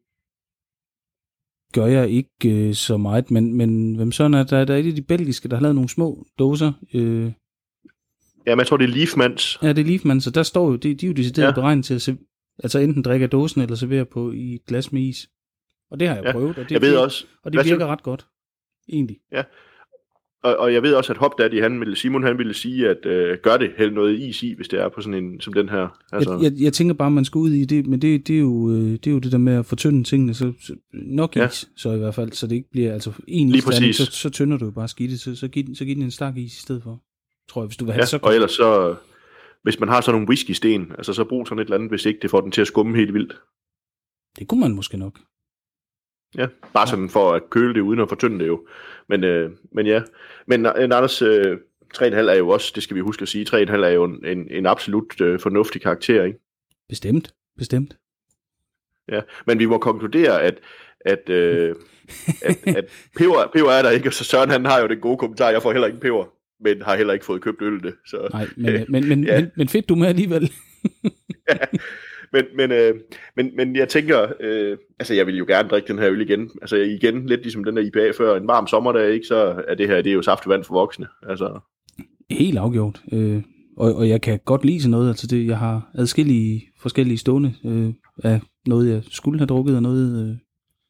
gør jeg ikke øh, så meget, men, men hvem sådan er der, der er et af de belgiske, der har lavet nogle små dåser. Øh, Ja, men jeg tror, det er Leafmans. Ja, det er Leafmans, så der står jo, de, de er jo decideret ja. beregnet til at se, altså enten drikke af dåsen, eller servere på i et glas med is. Og det har jeg ja. prøvet, og det, jeg ved også, og det virker ret godt, egentlig. Ja, og, og jeg ved også, at Hop Daddy, han ville, Simon, han ville sige, at øh, gør det, hæld noget is i, hvis det er på sådan en, som den her. Altså. Jeg, jeg, jeg tænker bare, man skal ud i det, men det, det, er, jo, det er jo det der med at fortynde tingene, så, så nok ja. is, så i hvert fald, så det ikke bliver, altså en is, så, så tynder du jo bare skidtet, så, så, giv, så giv den en stak is i stedet for. Tror jeg, hvis du vil have ja, det så godt. Og ellers så, hvis man har sådan nogle whiskysten, altså så brug sådan et eller andet, hvis ikke det får den til at skumme helt vildt. Det kunne man måske nok. Ja, bare sådan for at køle det uden at fortynde det jo. Men, øh, men ja, men Anders, øh, tre komma fem er jo også, det skal vi huske at sige, tre komma fem er jo en, en, en absolut øh, fornuftig karakter, ikke? Bestemt, bestemt. Ja, men vi må konkludere, at at, øh, at, at peber, peber er der ikke, og så Søren han har jo den gode kommentar, jeg får heller ikke peber. Men har heller ikke fået købt øl det. Så, Nej, men, øh, men, men, ja. men, men fedt du med alligevel. ja, men, men, øh, men, men jeg tænker, øh, altså jeg vil jo gerne drikke den her øl igen. Altså igen, lidt ligesom den der I P A før, en varm sommerdag, ikke, så er det her, det er jo saftevand for voksne. Altså. Helt afgjort. Øh, og, og jeg kan godt lide sådan noget. Altså det, jeg har adskillige forskellige stående øh, af noget, jeg skulle have drukket, og noget... Øh,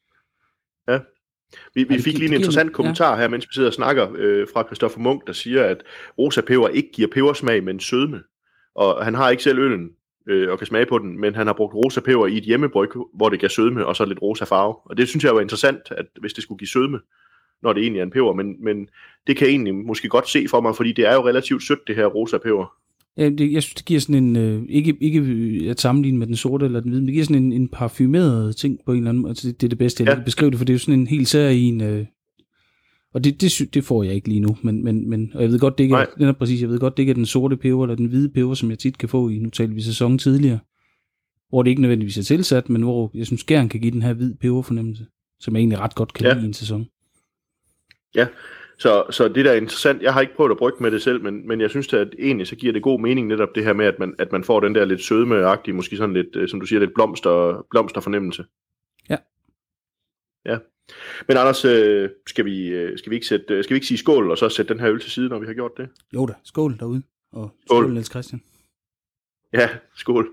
ja. Vi, vi fik lige en interessant kommentar her, mens vi sidder og snakker øh, fra Christoffer Munk, der siger, at rosa peber ikke giver pebersmag, men sødme. Og han har ikke selv øllen øh, og kan smage på den, men han har brugt rosa peber i et hjemmebryg, hvor det gav sødme og så lidt rosa farve. Og det synes jeg var interessant, at hvis det skulle give sødme, når det egentlig er en peber. Men, men det kan jeg egentlig måske godt se for mig, fordi det er jo relativt sødt, det her rosa peber. Ja, det, jeg synes, det giver sådan en, øh, ikke, ikke at sammenligne med den sorte eller den hvide, men det giver sådan en, en parfumeret ting på en eller anden måde. Altså det, det er det bedste, jeg ja. kan beskrive det, for det er jo sådan en helt særlig en, øh, og det, det, det får jeg ikke lige nu, men, men, men og jeg ved godt, det ikke er, det er præcis, jeg ved godt, det ikke er den sorte peber eller den hvide peber, som jeg tit kan få i, nu talte vi sæson tidligere, hvor det ikke nødvendigvis er tilsat, men hvor jeg synes, gæren kan give den her hvid peberfornemmelse, som jeg egentlig ret godt kan ja. lide i en sæson. Ja, Så, så det der er interessant, jeg har ikke prøvet at brygge med det selv, men, men jeg synes at egentlig så giver det god mening netop det her med, at man, at man får den der lidt sødmeagtige, måske sådan lidt, som du siger, lidt blomster, blomsterfornemmelse. Ja. Ja. Men Anders, skal vi, skal vi ikke sætte, skal vi ikke sige skål, og så sætte den her øl til side, når vi har gjort det? Jo da, skål derude, og skål, skål Niels Christian. Ja, skål.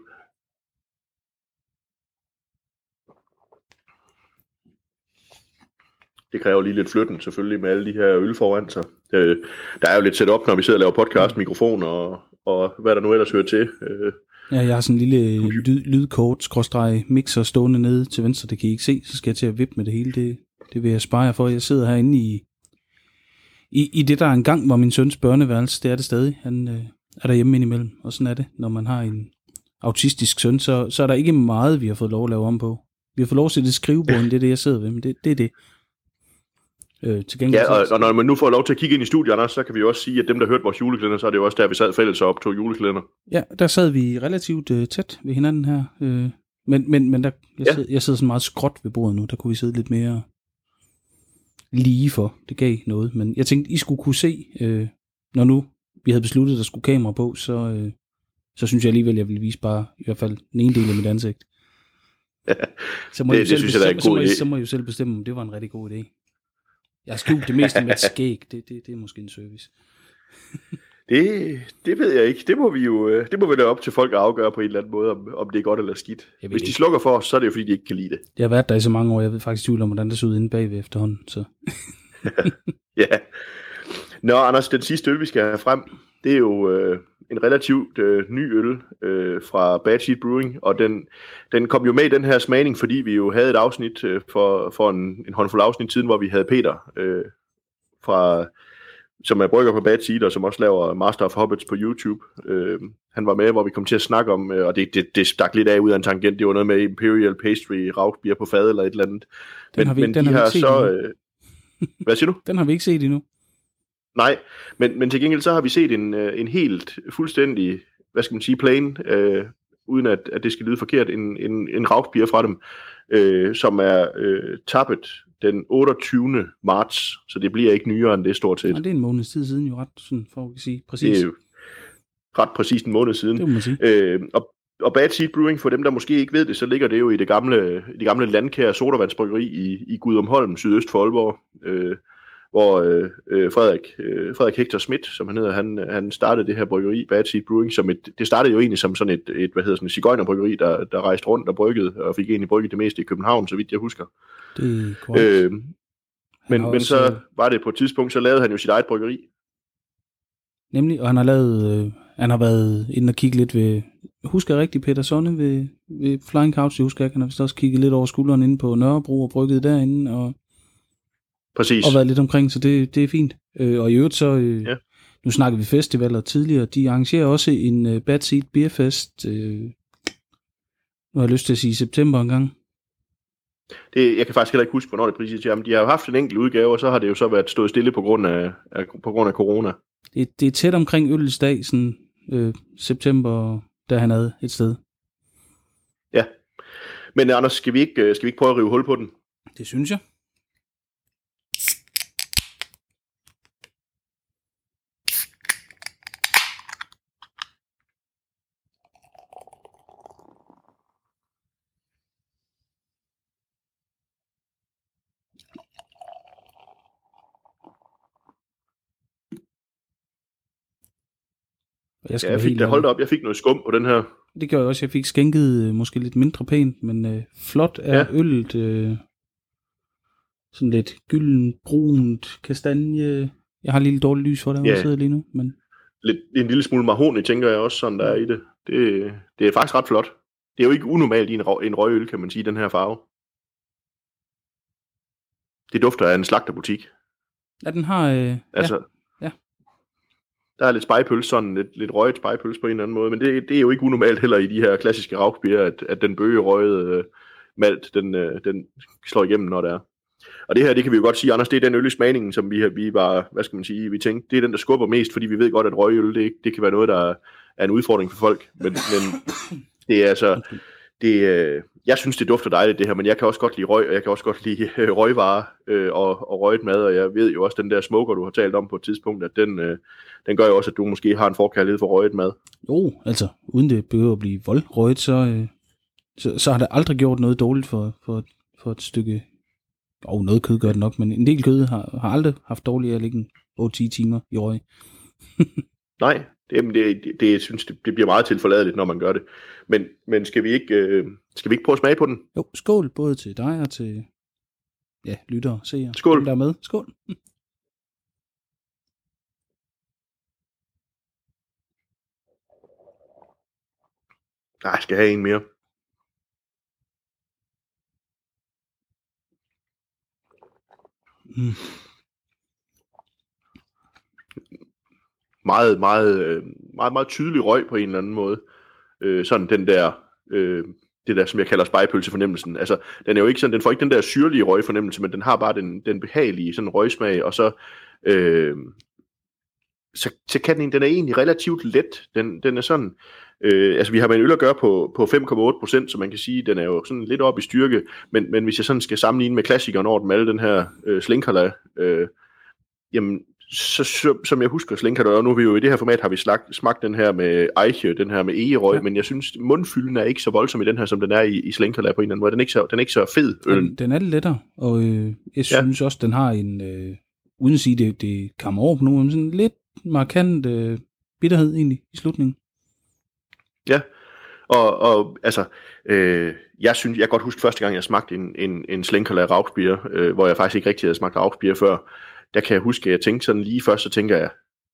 Det kræver lige lidt flytten, selvfølgelig, med alle de her øl foran sig. Øh, der er jo lidt setup, når vi sidder og laver podcast, mikrofon og, og hvad der nu ellers hører til. Øh. Ja, jeg har sådan en lille lyd, lydkort, skråstreg, mixer stående nede til venstre, det kan I ikke se, så skal jeg til at vippe med det hele. Det, det vil jeg spare jer for. Jeg sidder herinde i, i, i det, der engang var min søns børneværelse. Det er det stadig. Han øh, er derhjemme indimellem, og sådan er det. Når man har en autistisk søn, så, så er der ikke meget, vi har fået lov at lave om på. Vi har fået lov at sætte et skrivebord, det er det, jeg sidder ved, men det, det er det. Øh, til gengæld, ja, og, og når man nu får lov til at kigge ind i studiet, Anders, så kan vi jo også sige, at dem, der hørte vores juleklæder, så er det jo også der, vi sad fælles og optog juleklæder. Ja, der sad vi relativt øh, tæt ved hinanden her. Øh, men men, men der, jeg, ja. sidder, jeg sidder sådan meget skråt ved bordet nu. Der kunne vi sidde lidt mere lige for. Det gav noget. Men jeg tænkte, I skulle kunne se, øh, når nu vi havde besluttet, at der skulle kamera på, så, øh, så synes jeg alligevel, at jeg ville vise bare i hvert fald den ene del af mit ansigt. Ja, så må det, det det synes jeg, der er en god idé. Så må I jo selv bestemme, om det var en rigtig god idé. Jeg har skjult det meste med et skæg. Det, det, det er måske en service. det, det ved jeg ikke. Det må vi jo det må vi da op til folk at afgøre på en eller anden måde, om, om det er godt eller skidt. Hvis de ikke. slukker for os, så er det jo fordi, de ikke kan lide det. Det har været der i så mange år. Jeg ved faktisk tvivl om, hvordan det så ud inde bagved efterhånden. Så. ja. Nå, Anders, den sidste øl, vi skal have frem, det er jo øh, en relativt øh, ny øl øh, fra Bad Seed Brewing, og den, den kom jo med i den her smagning, fordi vi jo havde et afsnit øh, for, for en, en håndfuld afsnit siden, hvor vi havde Peter øh, fra, som er brygger på Bad Seed, og som også laver Master of Hobbits på YouTube. Øh, han var med, hvor vi kom til at snakke om, øh, og det, det, det stak lidt af ud af en tangent, det var noget med Imperial Pastry, Rauchbier på fad eller et eller andet. Den men, har vi, men den de har vi har ikke set så... endnu. Øh, hvad siger du? Den har vi ikke set endnu. Nej, men, men til gengæld så har vi set en, en helt fuldstændig, hvad skal man sige, plain, øh, uden at, at det skal lyde forkert, en, en, en Rauchbier fra dem, øh, som er øh, tappet den otteogtyvende marts, så det bliver ikke nyere end det stort set. Nej, det er en måneds tid siden jo ret, sådan for at sige præcis. Det er jo ret præcis en måned siden. Det må man sige. Øh, og, og Bad Seed Brewing, for dem der måske ikke ved det, så ligger det jo i det gamle, det gamle Landkær sodavandsbryggeri i, i Gudumholm, sydøst for Aalborg, øh, hvor øh, Frederik, øh, Frederik Hector Schmidt, som han hedder, han, han startede det her bryggeri, Bad Seed Brewing, som et, det startede jo egentlig som sådan et, et hvad hedder sådan et sigøjnerbryggeri, der, der rejste rundt og bryggede, og fik egentlig brygget det meste i København, så vidt jeg husker. Det er korrekt. Øh, men, men så var det på et tidspunkt, så lavede han jo sit eget bryggeri. Nemlig, og han har lavet, øh, han har været inde og kigge lidt ved, husker jeg rigtigt, Peter Sonne ved, ved Flying Couch, jeg husker jeg, han har vist også kigget lidt over skulderen inde på Nørrebro og brygget derinde, og Præcis. Og været lidt omkring, så det, det er fint. Øh, og i øvrigt så, øh, ja. Nu snakker vi festivaler tidligere, de arrangerer også en uh, Bad Seed Beer Fest, øh, nu har jeg lyst til at sige september en gang. Det, jeg kan faktisk heller ikke huske, hvornår det præcis er. De har jo haft en enkelt udgave, og så har det jo så været stået stille på grund af, af, på grund af corona. Det, det er tæt omkring Øllets dag, sådan øh, september, der han havde et sted. Ja, men Anders, skal vi ikke, skal vi ikke prøve at rive hul på den? Det synes jeg. Jeg, ja, jeg fik det holdt op. Jeg fik noget skum på den her. Det gør jeg også. Jeg fik skænket måske lidt mindre pænt, men øh, flot er ja. Øllet. Øh, sådan lidt gylden, brunt, kastanje. Jeg har en lille dårlig lys for det, hvor ja. Jeg sidder lige nu. Men... Lidt, en lille smule mahoni, tænker jeg også, sådan der er i det. det. Det er faktisk ret flot. Det er jo ikke unormalt i en, en røgøl, kan man sige, den her farve. Det dufter af en slagterbutik. Ja, den har... Øh, altså, ja. Der er lidt spejepølse, sådan lidt, lidt røget spejepølse på en eller anden måde, men det, det er jo ikke unormalt heller i de her klassiske Rauchbier, at, at den bøge røget øh, malt, den, øh, den slår igennem, når det er. Og det her, det kan vi jo godt sige, Anders, det er den øl i smagningen, som vi, vi var, hvad skal man sige, vi tænkte, det er den, der skubber mest, fordi vi ved godt, at røgøl, det, det kan være noget, der er en udfordring for folk, men, men det er altså... Det, øh, jeg synes, det dufter dejligt, det her, men jeg kan også godt lide røg, og jeg kan også godt lide øh, røgvarer øh, og, og røget mad, og jeg ved jo også, den der smoker, du har talt om på et tidspunkt, at den, øh, den gør jo også, at du måske har en forkærlighed for røget mad. Jo, altså, uden det behøver at blive voldrøget, så, øh, så, så har det aldrig gjort noget dårligt for, for, for et stykke, og noget kød gør det nok, men en del kød har, har aldrig haft dårligt at ligge otte til ti timer i røg. Nej, det, det, det, det, jeg synes, det, det bliver meget tilforladeligt, når man gør det. Men, men skal, vi ikke, øh, skal vi ikke prøve at smage på den? Jo, skål både til dig og til ja, lyttere, seere. Skål. Der er med. Skål. Nej, jeg skal have en mere. Mm. Meget, meget, meget, meget tydelig røg på en eller anden måde. Øh, sådan den der, øh, det der, som jeg kalder spejepølsefornemmelsen. Altså, den er jo ikke sådan, den får ikke den der syrlige røgfornemmelse, men den har bare den, den behagelige sådan røgsmag, og så, øh, så, så kan den, den er egentlig relativt let. Den, den er sådan, øh, altså vi har med en øl at gøre på, på fem komma otte procent, så man kan sige, den er jo sådan lidt op i styrke, men, men hvis jeg sådan skal sammenligne med klassikeren over med alle den her øh, Slinkerla, øh, jamen, Så, så, som jeg husker, Slinkerla, og nu er vi jo i det her format, har vi smagt, smagt den her med Eiche, den her med egerøg, ja. Men jeg synes, mundfylden er ikke så voldsom i den her, som den er i, i Slinkerla på en eller anden måde. Den er ikke så, den er ikke så fed, øl. Den, den er lidt lettere, og øh, jeg synes ja. også, den har en, øh, uden at sige, det, det kommer over på nogen, men sådan lidt markant øh, bitterhed egentlig i slutningen. Ja, og, og altså, øh, jeg synes, jeg kan godt huske første gang, jeg smagte en, en, en Slinkerla Rauchbier, øh, hvor jeg faktisk ikke rigtig havde smagt Rauchbier før. Der kan jeg huske, at jeg tænkte sådan lige først, så tænker jeg,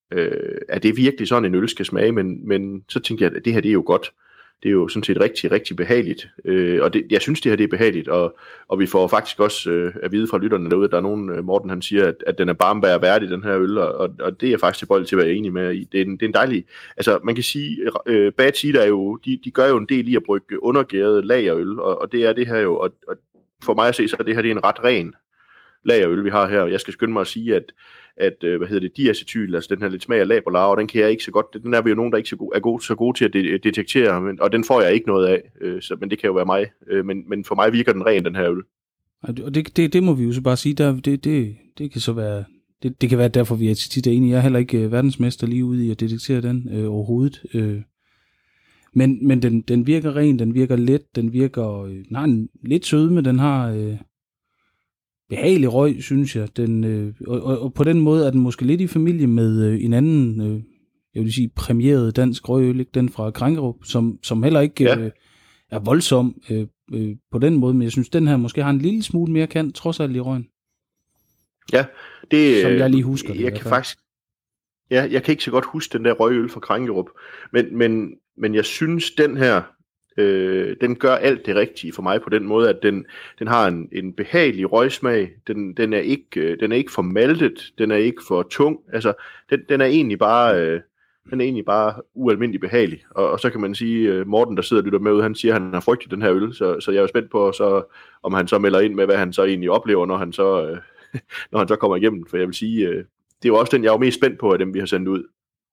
øh, er det virkelig sådan en øl skal smage, men, men så tænkte jeg, at det her det er jo godt. Det er jo sådan set rigtig, rigtig behageligt, øh, og det, jeg synes, det her det er behageligt, og, og vi får faktisk også øh, at vide fra lytterne derude, at der er nogen, øh, Morten han siger, at, at den er barmbær værdig, den her øl, og, og det er jeg faktisk tilbøjelig til at være enig med i. Det er en, det er en dejlig, altså man kan sige, øh, Bad Seed er jo, de, de gør jo en del i at brygge undergærede lagerøl, og, og det er det her jo, og, og for mig at se, så er det her det er en ret ren lagerøl, vi har her. Jeg skal skynde mig at sige, at, at hvad hedder det, diacetyl, altså den her lidt smag af laberlarve, den kan jeg ikke så godt, den er vi jo nogen, der ikke så gode, er gode, så gode til at de, detektere, men, og den får jeg ikke noget af, øh, så, men det kan jo være mig. Øh, men, men for mig virker den ren, den her øl. Og det, det, det må vi jo så bare sige, der, det, det, det kan så være, det, det kan være derfor, vi er tit enige. Jeg er heller ikke verdensmester lige ude i at detektere den øh, overhovedet. Øh. Men, men den, den virker ren, den virker let, den virker, øh, den har en lidt sødme, den har øh, behagelig røg, synes jeg. Den, øh, og, og, og på den måde er den måske lidt i familie med øh, en anden, øh, jeg vil sige, præmieret dansk røgøl, ikke? Den fra Krænkerup, som, som heller ikke øh, er voldsom øh, øh, på den måde, men jeg synes, den her måske har en lille smule mere kant, trods alt i røgen. Ja, det som jeg lige husker det. Jeg kan faktisk, ja, jeg kan ikke så godt huske den der røgøl fra Krænkerup, men, men, men jeg synes, den her, øh, den gør alt det rigtige for mig på den måde, at den, den har en, en behagelig røgsmag, den, den, er ikke, øh, den er ikke for maltet, den er ikke for tung, altså, den, den er egentlig bare... Øh, Den er egentlig bare ualmindelig behagelig. Og, og så kan man sige, Morten, der sidder og lytter med ud, han siger, at han har frygtet den her øl, så, så jeg er jo spændt på, så, om han så melder ind med, hvad han så egentlig oplever, når han så, øh, når han så kommer igennem. For jeg vil sige, øh, det er jo også den, jeg er jo mest spændt på af dem, vi har sendt ud.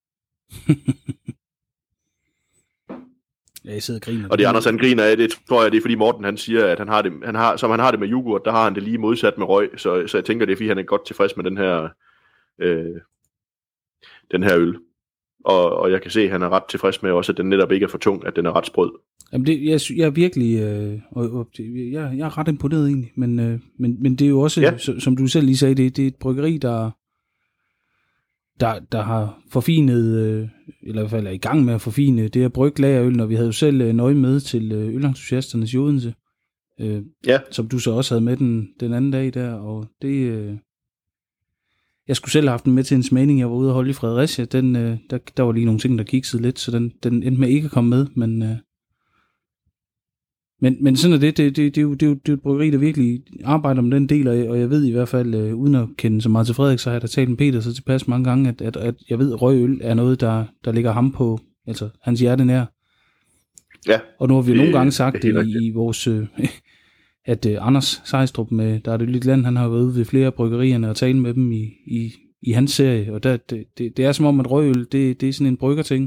Ja, jeg sidder og griner. Og det Anders han griner af, det tror jeg, det er fordi Morten han siger, at han har det, han har, som han har det med yoghurt, der har han det lige modsat med røg. Så, så jeg tænker, det er fordi, han er godt tilfreds med den her, øh, den her øl. Og, og jeg kan se, at han er ret tilfreds med også, at den netop ikke er for tung, at den er ret sprød. Jamen det, jeg, jeg er virkelig, øh, og, og, jeg, jeg er ret imponeret egentlig, men, øh, men, men det er jo også, ja. så, som du selv lige sagde, det, det er et bryggeri, der, der, der har forfinet, øh, eller i hvert fald er i gang med at forfine det her bryglagerøl, og vi havde jo selv øh, nøje med til øh, ølentusiasternes i Odense, øh, ja. som du så også havde med den, den anden dag der, og det... Øh, Jeg skulle selv have haft den med til en smagning, jeg var ude og holde i Fredericia. Den, øh, der, der var lige nogle ting, der kiksede lidt, så den, den endte med ikke at komme med. Men, øh, men, men sådan er det. Det, det, det, er jo, det, er jo, det er jo et bryggeri, der virkelig arbejder med den del, og jeg, og jeg ved i hvert fald, øh, uden at kende så meget til Frederik, så har jeg da talt med Peter så tilpas mange gange, at, at, at jeg ved, at røgøl er noget, der, der ligger ham på, altså hans hjerte nær. Ja. Og nu har vi det, nogle gange sagt det, det i, i vores... Øh, at uh, Anders Sejstrup, med Der er det lidt land, han har været ude ved flere bryggerierne og talt med dem i, i, i hans serie, og der, det, det, det er som om, at røgøl, det, det er sådan en bryggerting.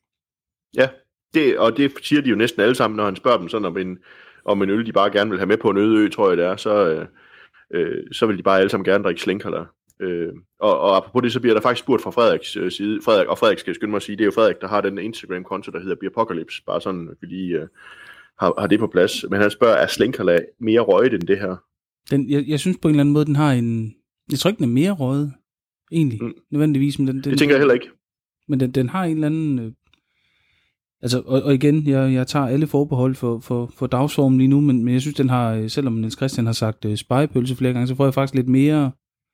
Ja, det, og det siger de jo næsten alle sammen, når han spørger dem sådan om en, om en øl, de bare gerne vil have med på en øde ø, tror jeg det er, så, øh, øh, så vil de bare alle sammen gerne drikke slinkerler. Øh, og, og apropos det, så bliver der faktisk spurgt fra Frederiks øh, side, Frederik, og Frederik skal jeg skynde mig at sige, det er jo Frederik, der har den Instagram-konto, der hedder Beerpocalypse, bare sådan, at vi lige... Øh, Har, har det på plads. Men han spørger, er slinkerlag mere røget end det her? Den, jeg, jeg synes på en eller anden måde, den har en... Jeg tror ikke, den er mere røget, egentlig. Mm. Nødvendigvis. Men den, den, det tænker jeg heller ikke. Men den, den har en eller anden... Øh, altså, og, og igen, jeg, jeg tager alle forbehold for, for, for dagsformen lige nu, men, men jeg synes, den har... Selvom Niels Christian har sagt øh, spegepølse flere gange, så får jeg faktisk lidt mere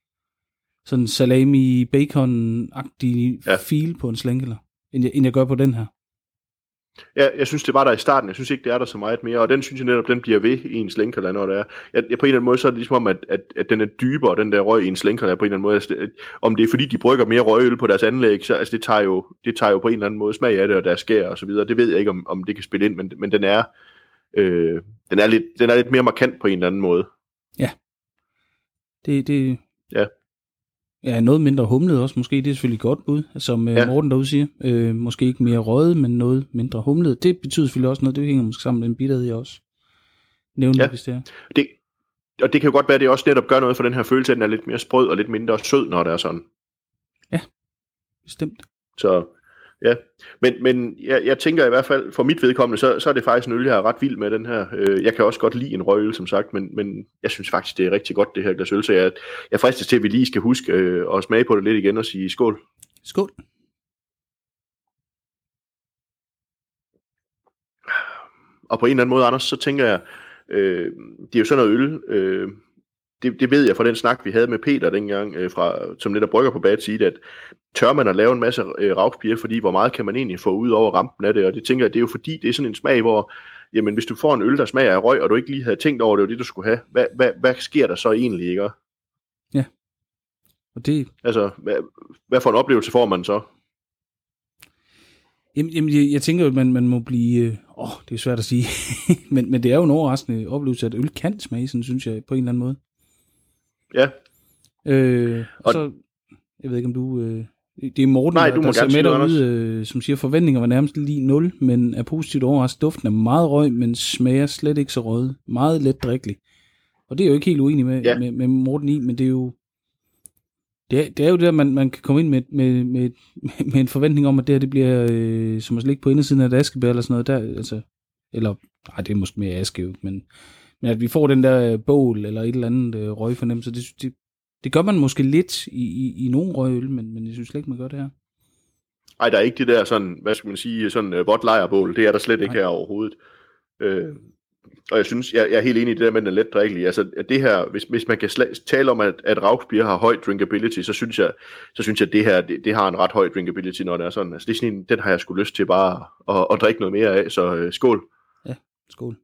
sådan salami, bacon-agtig ja. feel på en slinkerler, end jeg, end jeg gør på den her. Ja, jeg synes, det var der i starten. Jeg synes ikke, det er der så meget mere. Og den synes jeg netop, den bliver ved i en slinkerla, når det er. Jeg, jeg, på en eller anden måde, så er det ligesom om, at, at, at den er dybere, den der røg i en slinkerla på en eller anden måde. Altså, det, om det er fordi, de brygger mere røgøl på deres anlæg, så altså, det, tager jo, det tager jo på en eller anden måde smag af det, og deres skær og så videre. Det ved jeg ikke, om, om det kan spille ind, men, men den, er, øh, den, er lidt, den er lidt mere markant på en eller anden måde. Ja. Det, det... Ja. Ja, noget mindre humlet også, måske. Det er selvfølgelig et godt bud, som ja. Morten derude siger. Øh, måske ikke mere røget, men noget mindre humlet. Det betyder selvfølgelig også noget. Det hænger måske sammen med den bitterhed, jeg også nævnte, ja. hvis det er. Det, og det kan jo godt være, at det også netop gør noget for den her følelse, at den er lidt mere sprød og lidt mindre sød, når det er sådan. Ja, bestemt. Så, ja. Men, men jeg, jeg tænker i hvert fald, for mit vedkommende, så, så er det faktisk en øl, jeg er ret vild med den her. Jeg kan også godt lide en røgøl, som sagt, men, men jeg synes faktisk, det er rigtig godt, det her glas øl, så jeg, jeg fristes til, at vi lige skal huske øh, at smage på det lidt igen og sige skål. Skål. Og på en eller anden måde, Anders, så tænker jeg, øh, det er jo sådan noget øl, øh, det, det ved jeg fra den snak, vi havde med Peter dengang, øh, fra, som lidt der brygger på Bad Seed, at tør man at lave en masse øh, Rauchbier, fordi hvor meget kan man egentlig få ud over rampen af det, og det tænker jeg, det er jo fordi, det er sådan en smag, hvor, jamen hvis du får en øl, der smager af røg, og du ikke lige havde tænkt over, det var det, du skulle have, hvad, hvad, hvad sker der så egentlig, ikke? Ja. Og det... Altså, hvad, hvad for en oplevelse får man så? Jamen, jamen jeg, jeg tænker jo, at man, man må blive... Øh, åh, det er svært at sige. men, men det er jo en overraskende oplevelse, at øl kan smage sådan, synes jeg, på en eller anden måde. Ja. Øh, og, og så... Jeg ved ikke, om du... Øh, det er Morten, nej, der, der ser med derude, øh, som siger, forventninger var nærmest lige nul, men er positivt overrasket. Duften er meget røg, men smager slet ikke så rød. Meget let drikkelig. Og det er jo ikke helt uenig med, ja. med, med Morten i, men det er jo... Det er, det er jo det, at man, man kan komme ind med, med, med, med en forventning om, at det her det bliver øh, som at ligge på indersiden af et askebær eller sådan noget. Der, altså, eller, nej, det er måske mere aske jo, men, men at vi får den der bål eller et eller andet øh, røgfornemmelse, det, det, det gør man måske lidt i, i, i nogle røgøl, men, men jeg synes slet ikke, man gør det her. Nej, der er ikke det der sådan, hvad skal man sige, sådan uh, vådt lejrbål, det er der slet ikke nej. Her overhovedet. Øh, Og jeg synes, jeg, jeg er helt enig i det der med, den er let drikkelig. Altså, at det her, hvis, hvis man kan sla- tale om, at, at Rauchbier har høj drinkability, så synes jeg, så synes jeg at det her, det, det har en ret høj drinkability, når det er sådan. Altså, det er sådan en, den har jeg sgu lyst til bare at, at drikke noget mere af, så øh, skål. Ja, skål.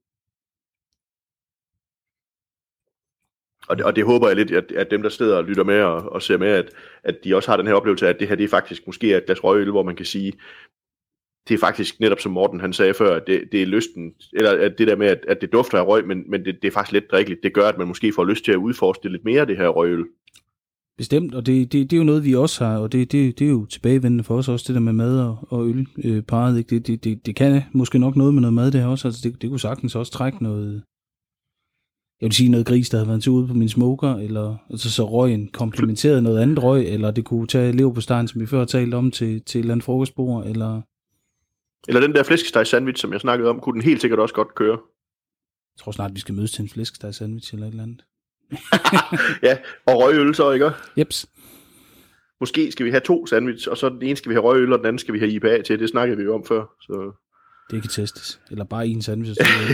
Og det, og det håber jeg lidt, at, at dem, der sidder og lytter med og, og ser med, at, at de også har den her oplevelse af, at det her, det er faktisk måske et glas røgøl, hvor man kan sige, det er faktisk netop som Morten han sagde før, at det, det er lysten, eller at det der med, at, at det dufter af røg, men, men det, det er faktisk lidt drikkeligt. Det gør, at man måske får lyst til at udforske lidt mere af det her røgøl. Bestemt, og det, det, det er jo noget, vi også har, og det, det, det er jo tilbagevendende for os også, det der med mad og, og øl øh, parret. Ikke? Det, det, det, det kan måske nok noget med noget mad, det her også. Altså, det, det kunne sagtens også trække noget, jeg vil sige noget gris, der havde været til ude på min smoker, eller altså, så røgen komplementerede noget andet røg, eller det kunne tage leverpostejen, som vi før talte om, til, til et eller andet frokostbord, eller... Eller den der flæskesteg sandwich, som jeg snakkede om, kunne den helt sikkert også godt køre. Jeg tror snart, vi skal mødes til en flæskesteg sandwich eller et eller andet. Ja, og røgøl så, ikke? Jeps. Måske skal vi have to sandwich, og så den ene skal vi have røgøl, og den anden skal vi have I P A til. Det snakkede vi jo om før. Så. Det kan testes. Eller bare en sandwich.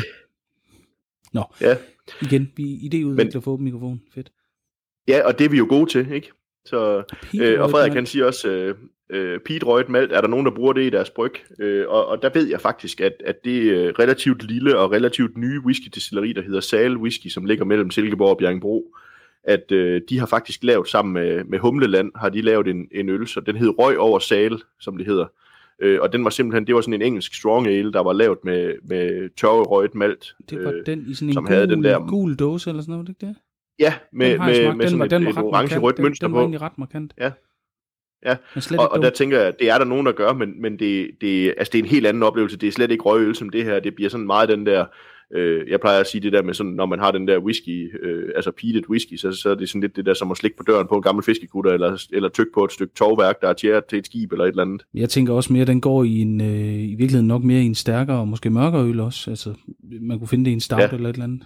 Nå, ja. Igen, vi idéudvikler for åben mikrofon. Fedt. Ja, og det er vi jo gode til, ikke? Så, øh, og Frederik kan sige også, øh, øh, peat røget malt, er der nogen, der bruger det i deres bryg? Øh, og, og der ved jeg faktisk, at, at det er relativt lille og relativt nye whisky-destilleri, der hedder Sal Whisky, som ligger mellem Silkeborg og Bjerringbro, at øh, de har faktisk lavet sammen med, med Humleland, har de lavet en, en øl, så den hed Røg over Sal, som det hedder. Øh, og den var simpelthen, det var sådan en engelsk strong ale, der var lavet med, med tørrerøget malt. Det var øh, den i sådan en gul, havde den der gul dåse eller sådan noget, ikke det? Ja, med, med, med sådan den var, et, et orange-rødt mønster på. Den var egentlig ret markant. Ja, ja. Og, og der tænker jeg, det er der nogen, der gør, men, men det, det, altså det er en helt anden oplevelse. Det er slet ikke røgøl som det her. Det bliver sådan meget den der, øh, jeg plejer at sige det der med sådan, når man har den der whisky, øh, altså peated whisky, så, så er det sådan lidt det der som at slikke på døren på en gammel fiskekutter, eller, eller tykke på et stykke tovværk, der er tjæret til et skib eller et eller andet. Jeg tænker også mere, at den går i en, øh, i virkeligheden nok mere i en stærkere og måske mørkere øl også. Altså, man kunne finde det i en stout ja. Eller et eller andet.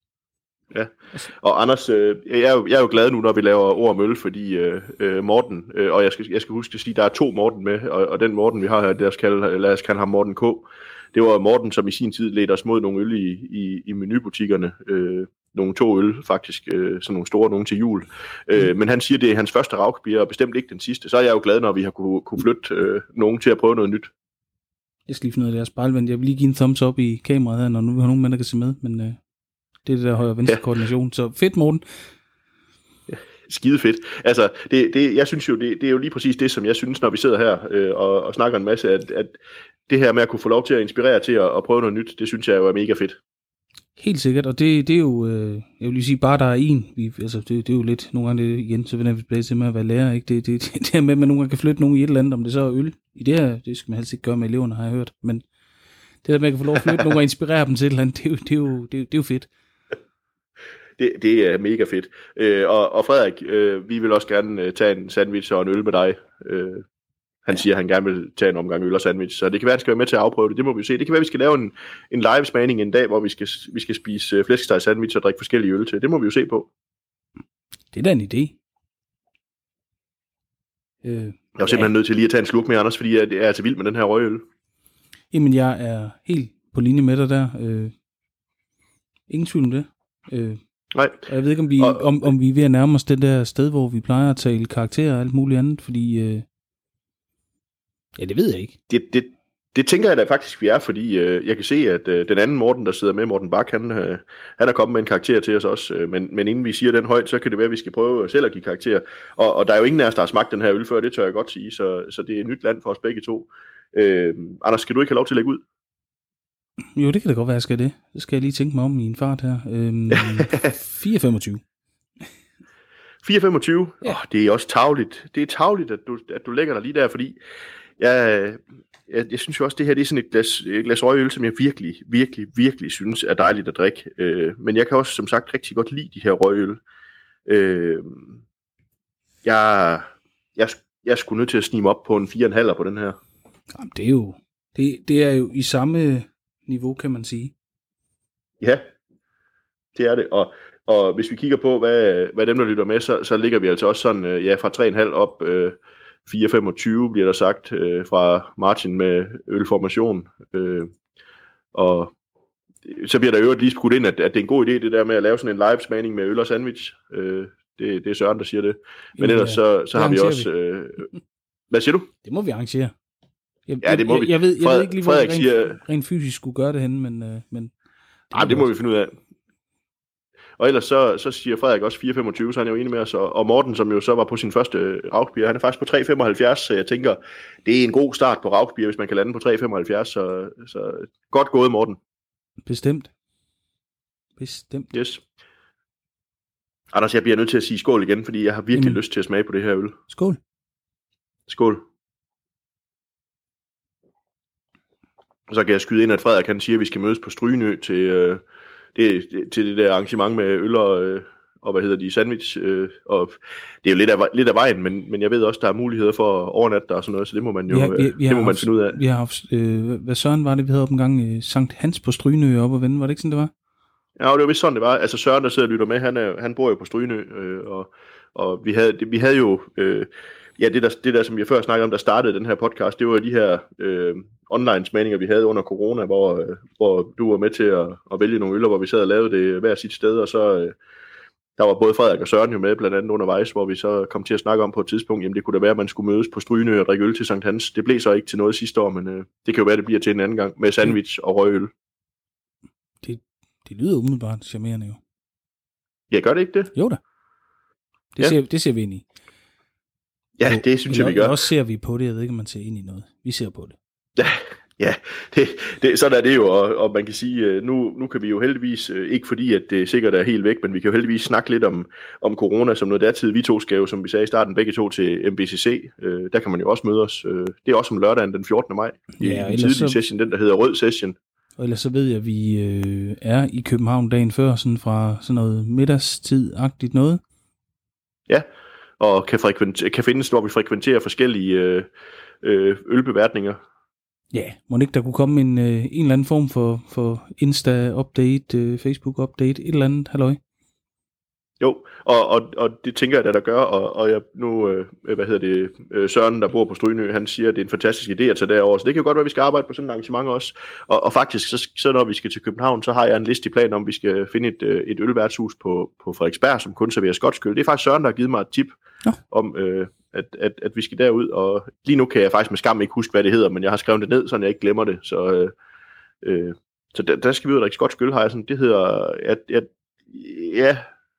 Ja, og Anders, øh, jeg, er jo, jeg er jo glad nu, når vi laver ord om øl, fordi øh, Morten, øh, og jeg skal, jeg skal huske at sige, at der er to Morten med, og, og den Morten, vi har her, lad os kalde, lad os kalde ham Morten K. Det var Morten, som i sin tid ledte os mod nogle øl i, i, i menubutikkerne, øh, nogle to øl faktisk, øh, sådan nogle store, nogle til jul. Øh, men han siger, det er hans første Rauchbier, og bestemt ikke den sidste. Så er jeg jo glad, når vi har kunne, kunne flytte øh, nogen til at prøve noget nyt. Jeg skal lige finde noget af deres spejlvand. Jeg vil lige give en thumbs up i kameraet her, når nu vi har nogen mænd, der kan se med, men... Øh det er det der højre venstre ja. Koordination. Så fedt, Morten. Ja, skide fedt. Altså, det, det, jeg synes jo, det, det er jo lige præcis det, som jeg synes, når vi sidder her øh, og, og snakker en masse, at, at det her med at kunne få lov til at inspirere til at, at prøve noget nyt, det synes jeg jo er mega fedt. Helt sikkert, og det, det er jo, øh, jeg vil lige sige, bare der er en, vi, altså det, det er jo lidt, nogle gange det, igen, så vender vi tilbage til med at være lærer, ikke? Det, det, det, det her med, at man nogle gange kan flytte nogen i et eller andet, om det så er øl. I det her, det skal man helst ikke gøre med eleverne, har jeg hørt, men det der med, at man kan få lov at flytte nogen og inspirere dem til et eller andet, det er jo, det er jo, det er, det er jo fedt. Det, det er mega fedt. Øh, og, og Frederik, øh, vi vil også gerne øh, tage en sandwich og en øl med dig. Øh, han siger, at han gerne vil tage en omgang øl og sandwich, så det kan være, at han skal være med til at afprøve det. Det må vi se. Det kan være, at vi skal lave en, en live smagning en dag, hvor vi skal, vi skal spise øh, flæskesteg sandwich og drikke forskellige øl til. Det må vi jo se på. Det er da en idé. Øh, jeg er jo simpelthen ja. nødt til lige at tage en sluk med, Anders, fordi jeg er altså vild med den her røgøl. Jamen, jeg er helt på linje med dig der. Øh, ingen tvivl om det. Øh, Nej. Og jeg ved ikke, om vi, og, om, om vi er ved at nærme os det der sted, hvor vi plejer at tale karakterer og alt muligt andet, fordi... Øh... Ja, det ved jeg ikke. Det, det, det tænker jeg da faktisk, vi er, fordi øh, jeg kan se, at øh, den anden Morten, der sidder med, Morten Bak, han, øh, han er kommet med en karakter til os også, øh, men, men inden vi siger den højt, så kan det være, at vi skal prøve selv at give karakter. Og, og der er jo ingen af os, der har smagt den her øl før, det tør jeg godt sige, så, så det er et nyt land for os begge to. Øh, Anders, skal du ikke have lov til at lægge ud? Jo, det kan da godt være, jeg skal det. Så skal jeg lige tænke mig om i en fart her. Øhm, fire femogtyve. fire femogtyve? Ja. Oh, det er også tarveligt. Det er tarveligt, at du, at du lægger dig lige der, fordi jeg, jeg, jeg synes jo også, det her det er sådan et glas, et glas røgøl, som jeg virkelig, virkelig, virkelig synes er dejligt at drikke. Øh, men jeg kan også, som sagt, rigtig godt lide de her røgøl. Øh, jeg, jeg, jeg er sgu nødt til at snige mig op på en fire komma fem på den her. Jamen, det er jo, det, det er jo i samme niveau, kan man sige. Ja, det er det. Og, og hvis vi kigger på, hvad, hvad dem, der lytter med, så, så ligger vi altså også sådan, ja, fra tre komma fem op, øh, fire komma femogtyve bliver der sagt øh, fra Martin med ølformation. Øh, og så bliver der øvrigt lige skudt ind, at, at det er en god idé, det der med at lave sådan en live-smagning med øl og sandwich. Øh, det, det er Søren, der siger det. Men ellers så, så har vi også... Øh, hvad siger du? Det må vi arrangere. Jeg, ja, det må jeg, vi. Jeg ved, jeg Frederik, ved ikke lige, hvor Frederik rent, siger, rent fysisk skulle gøre det henne, men... Øh, men det, Ej, det må vi finde ud af. Og ellers så, så siger Frederik også fire komma femogtyve, så han er jo enig med os. Og Morten, som jo så var på sin første Raugbier, han er faktisk på tre komma femoghalvfjerds, så jeg tænker, det er en god start på Raugbier, hvis man kan lande på tre komma femoghalvfjerds. Så, så godt gået, Morten. Bestemt. Bestemt. Yes. Anders, jeg bliver nødt til at sige skål igen, fordi jeg har virkelig Jamen. lyst til at smage på det her øl. Skål. Skål. Så kan jeg skyde ind, at Frederik han siger, at vi skal mødes på Strygenø til, øh, det, til det der arrangement med øl og, øh, og hvad hedder de, sandwich. Øh, og det er jo lidt af, lidt af vejen, men, men jeg ved også, der er muligheder for at overnatte der og sådan noget, så det må man jo vi har, vi, vi det må man haft, finde ud af. Vi har haft, øh, hvad Søren var det, vi havde op en gang, øh, Sankt Hans på Strygenø op og vende, var det ikke sådan, det var? Ja, og det var vist sådan, det var. Altså Søren, der sidder og lytter med, han, er, han bor jo på Strygenø, øh, og, og vi, havde, vi havde jo... Øh, Ja, det der, det der, som jeg før snakkede om, der startede den her podcast, det var de her øh, online-smagninger, vi havde under corona, hvor, øh, hvor du var med til at, at vælge nogle øller, hvor vi sad og lavede det hver sit sted, og så øh, der var både Frederik og Søren jo med, blandt andet undervejs, hvor vi så kom til at snakke om på et tidspunkt, jamen det kunne da være, at man skulle mødes på Strygenø og drikke øl til Sankt Hans. Det blev så ikke til noget sidste år, men øh, det kan jo være, det bliver til en anden gang med sandwich og røgøl. Det, det lyder umiddelbart charmerende jo. Ja, gør det ikke det? Jo da. Det, ja. ser, det ser vi ind i. Ja, det synes jeg, vi gør. Og også ser vi på det, jeg ved ikke, om man ser ind i noget. Vi ser på det. Ja, ja det, det, sådan er det jo, og, og man kan sige, nu, nu kan vi jo heldigvis, ikke fordi at det sikkert er helt væk, men vi kan jo heldigvis snakke lidt om, om corona som noget dertid. Vi to skal jo, som vi sagde i starten, begge to til M B C C. Øh, der kan man jo også møde os. Øh, det er også om lørdagen den fjortende maj. Ja, i en tidlig så... session, den der hedder Rød Session. Og ellers så ved jeg, at vi øh, er i København dagen før, sådan fra sådan noget middagstid-agtigt noget. Ja, og kan, frekvent- kan findes, hvor vi frekventerer forskellige øh, øh, ølbeværtninger. Ja, må ikke der kunne komme en, øh, en eller anden form for, for Insta-update, øh, Facebook-update, et eller andet, halløj? Jo, og, og, og det tænker jeg, at der gør, og, og jeg nu, øh, hvad hedder det, øh, Søren, der bor på Strygenø, han siger, at det er en fantastisk idé at tage derover, så det kan jo godt være, at vi skal arbejde på sådan et arrangement også. Og, og faktisk, så, så når vi skal til København, så har jeg en liste i plan om, at vi skal finde et, et ølværtshus på, på Frederiksberg, som kun serverer skotsk øl. Det er faktisk Søren, der har givet mig et tip ja. om, øh, at, at, at vi skal derud, og lige nu kan jeg faktisk med skam ikke huske, hvad det hedder, men jeg har skrevet det ned, så jeg ikke glemmer det, så, øh, øh, så der, der skal vi ud og drikke skotsk øl, har jeg sådan, det hedder, at, at ja...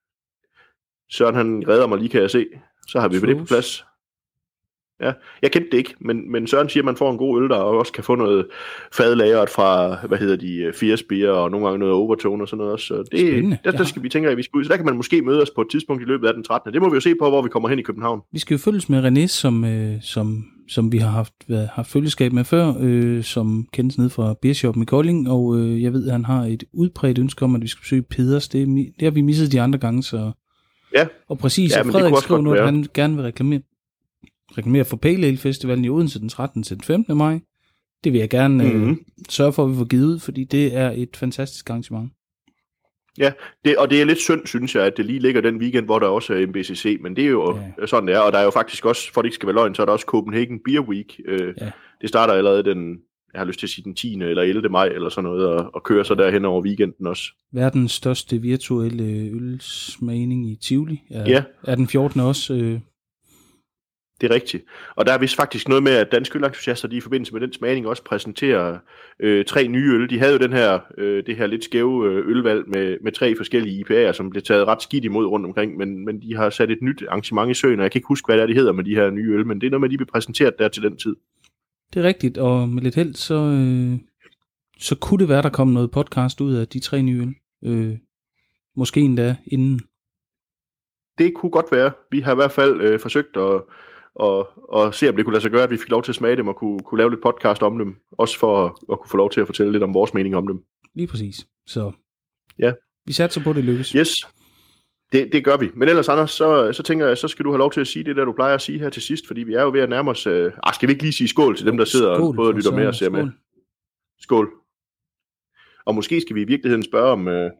Søren han redder mig lige, kan jeg se. Så har vi det på plads. Ja, jeg kendte det ikke, men, men Søren siger, at man får en god øl, der og også kan få noget fadlagret fra, hvad hedder de, Fiersbier og nogle gange noget Overtone og sådan noget også. Så det, der, der skal vi tænke, at vi skal ud. Så der kan man måske møde os på et tidspunkt i løbet af den trettende. Det må vi jo se på, hvor vi kommer hen i København. Vi skal jo følges med René, som, øh, som, som vi har haft, været, haft følgeskab med før, øh, som kendes ned fra Beershoppen i Kolding, og øh, jeg ved, at han har et udbredt ønske om, at vi skal besøge Peders. Det, det har vi misset de andre gange, så... Ja. Og præcis, ja, Frederik skrev nu, at han gerne vil reklamere, reklamere for Pale Ale Festivalen i Odense den trettende til den femtende maj. Det vil jeg gerne mm-hmm. øh, sørge for, at vi får givet ud, fordi det er et fantastisk arrangement. Ja, det, og det er lidt synd, synes jeg, at det lige ligger den weekend, hvor der også er M B C C, men det er jo ja. sådan, det er. Og der er jo faktisk også, for det ikke skal være løgn, så er der også Copenhagen Beer Week. Øh, ja. Det starter allerede den, jeg har lyst til at sige den tiende eller ellevte maj eller sådan noget, og, og køre så derhen over weekenden også. Verdens største virtuelle ølsmagning i Tivoli. Er, ja. Er den fjortende også? Øh... Det er rigtigt. Og der er vist faktisk noget med, at danske ølentusiaster, de i forbindelse med den smagning også præsenterer øh, tre nye øl. De havde jo den her, øh, det her lidt skæve ølvalg med, med tre forskellige I P A'er, som blev taget ret skidt imod rundt omkring, men, men de har sat et nyt arrangement i søen, og jeg kan ikke huske, hvad det er, de hedder med de her nye øl, men det er noget med, at de bliver præsenteret der til den tid. Det er rigtigt, og med lidt held, så, øh, så kunne det være, der kom noget podcast ud af de tre nye øl. Øh, måske endda inden. Det kunne godt være. Vi har i hvert fald øh, forsøgt at Og, og se, om det kunne lade sig gøre, at vi fik lov til at smage dem og kunne, kunne lave lidt podcast om dem. Også for at, at kunne få lov til at fortælle lidt om vores mening om dem. Lige præcis. Så ja. Vi satser på, at det lykkes. Yes, det, det gør vi. Men ellers, Anders, så, så tænker jeg, så skal du have lov til at sige det der, du plejer at sige her til sidst. Fordi vi er jo ved at nærme os... Øh, ah, skal vi ikke lige sige skål til dem, der sidder skål, både og lytter med og ser skål. med? Skål. Og måske skal vi i virkeligheden spørge om... Øh,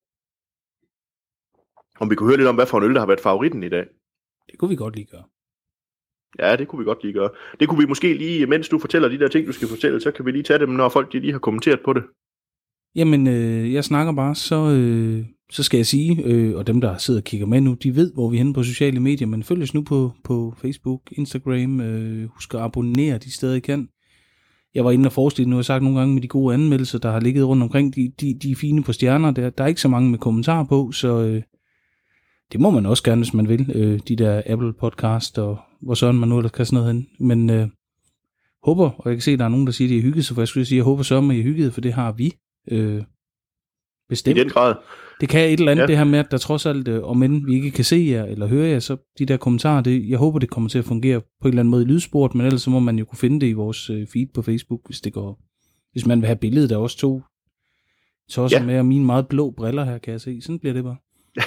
om vi kunne høre lidt om, hvad for en øl, der har været favoritten i dag. Det kunne vi godt lige gøre. Ja, det kunne vi godt lige gøre. Det kunne vi måske lige, mens du fortæller de der ting, du skal fortælle, så kan vi lige tage dem, når folk de lige har kommenteret på det. Jamen, øh, jeg snakker bare, så, øh, så skal jeg sige, øh, og dem, der sidder og kigger med nu, de ved, hvor vi er henne på sociale medier, men følg os nu på, på Facebook, Instagram, øh, husk at abonnere de steder, I kan. Jeg var inde og forestille, nu har jeg sagt nogle gange med de gode anmeldelser, der har ligget rundt omkring, de, de, de er fine på stjerner, der, der er ikke så mange med kommentarer på, så... Øh, det må man også gerne, hvis man vil, øh, de der Apple podcast, og hvor sådan man nu ellers kan sådan noget hen. Men øh, håber, og jeg kan se, at der er nogen, der siger, at de er hygget, så for jeg skulle sige, jeg håber så, at I er hygget, for det har vi øh, bestemt. I den grad. Det kan et eller andet, ja. Det her med, at der trods alt, øh, om end vi ikke kan se jer eller høre jer, så de der kommentarer, det, jeg håber, det kommer til at fungere på en eller anden måde i lydsport, men ellers så må man jo kunne finde det i vores øh, feed på Facebook, hvis det går. Hvis man vil have billedet af os to, så også ja. Med og mine meget blå briller her, kan jeg se. Sådan bliver det bare.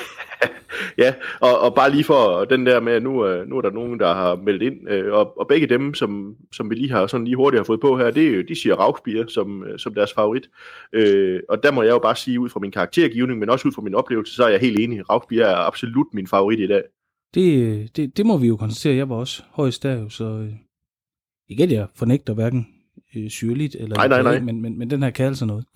Ja, og, og bare lige for den der med, at nu, nu er der nogen, der har meldt ind, og, og begge dem, som, som vi lige har sådan lige hurtigt har fået på her, det, de siger Rauchbier som, som deres favorit. Øh, og der må jeg jo bare sige, ud fra min karaktergivning, men også ud fra min oplevelse, så er jeg helt enig. Rauchbier er absolut min favorit i dag. Det, det, det må vi jo konstatere. Jeg var også højst der jo, så øh, igen, jeg fornægter hverken øh, syrligt eller nej, nej, nej. Men, men, men den her kan altså noget.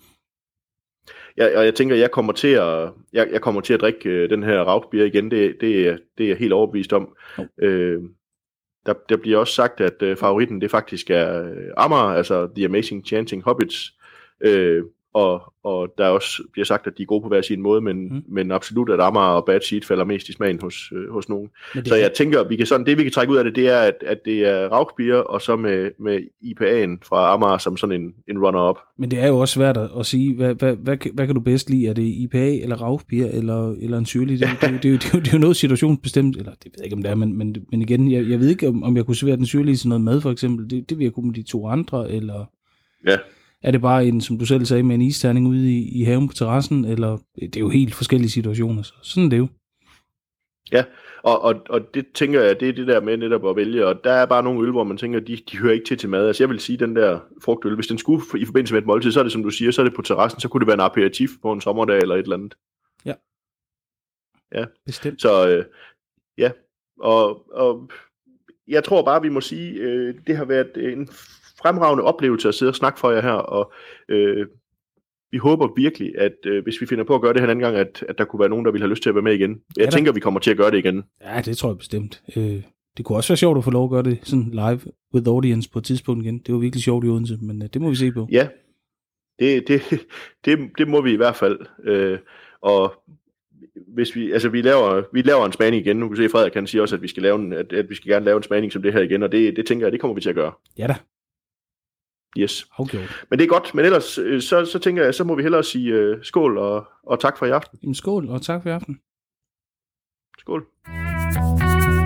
Ja, og jeg tænker, jeg kommer til at jeg, jeg kommer til at drikke øh, den her Rauchbier igen. Det, det, det er jeg helt overbevist om. Oh. Øh, der, der bliver også sagt, at øh, favoritten det faktisk er øh, Amager, altså The Amazing Chanting Hobbits. Øh, og, og der også bliver sagt, at de er gode på hver sin måde, men, mm. men absolut, at Amager og Bad Seed falder mest i smagen hos, øh, hos nogen. Så jeg tænker, at vi kan sådan, det vi kan trække ud af det, det er, at, at det er Rauchbier, og så med, med I P A'en fra Amager som sådan en, en runner-up. Men det er jo også svært at sige, hvad, hvad, hvad, hvad kan du bedst lide? Er det I P A eller Rauchbier eller, eller en syrlig? Det, det, det, det, det, det er jo noget situationsbestemt, eller det ved jeg ikke, om det er, men, men, men igen, jeg, jeg ved ikke, om, om jeg kunne servere den syrlige til noget mad, for eksempel. Det, det vil jeg kunne med de to andre, eller... Ja. Er det bare en, som du selv sagde, med en isterning ude i, i haven på terrassen, eller det er jo helt forskellige situationer, så sådan er det jo. Ja, og, og, og det tænker jeg, det er det der med netop at vælge, og der er bare nogle øl, hvor man tænker, de, de hører ikke til til mad. Altså jeg vil sige, den der frugtøl, hvis den skulle i forbindelse med et måltid, så er det som du siger, så er det på terrassen, så kunne det være en aperitif på en sommerdag eller et eller andet. Ja, ja. Bestemt. Så øh, ja, og, og jeg tror bare, vi må sige, øh, det har været en fremragende oplevelse at sidde og snakke for jer her, og øh, vi håber virkelig, at øh, hvis vi finder på at gøre det her en anden gang, at, at der kunne være nogen, der vil have lyst til at være med igen. Jeg ja, tænker, vi kommer til at gøre det igen. Ja, det tror jeg bestemt. Øh, det kunne også være sjovt at få lov at gøre det sådan live with audience på et tidspunkt igen. Det var virkelig sjovt i Odense, men øh, det må vi se på. Ja, det, det, det, det må vi i hvert fald. Øh, og hvis vi, altså vi laver, vi laver en smagning igen. Nu kan vi se, Frederik kan sige også, at vi skal lave en, at, at vi skal gerne lave en smagning som det her igen, og det, det tænker jeg, det kommer vi til at gøre. Ja da. Yes. Okay. Men det er godt, men ellers så, så tænker jeg, så må vi hellere sige uh, skål og, og tak for i aften. Jamen skål og tak for i aften. Skål.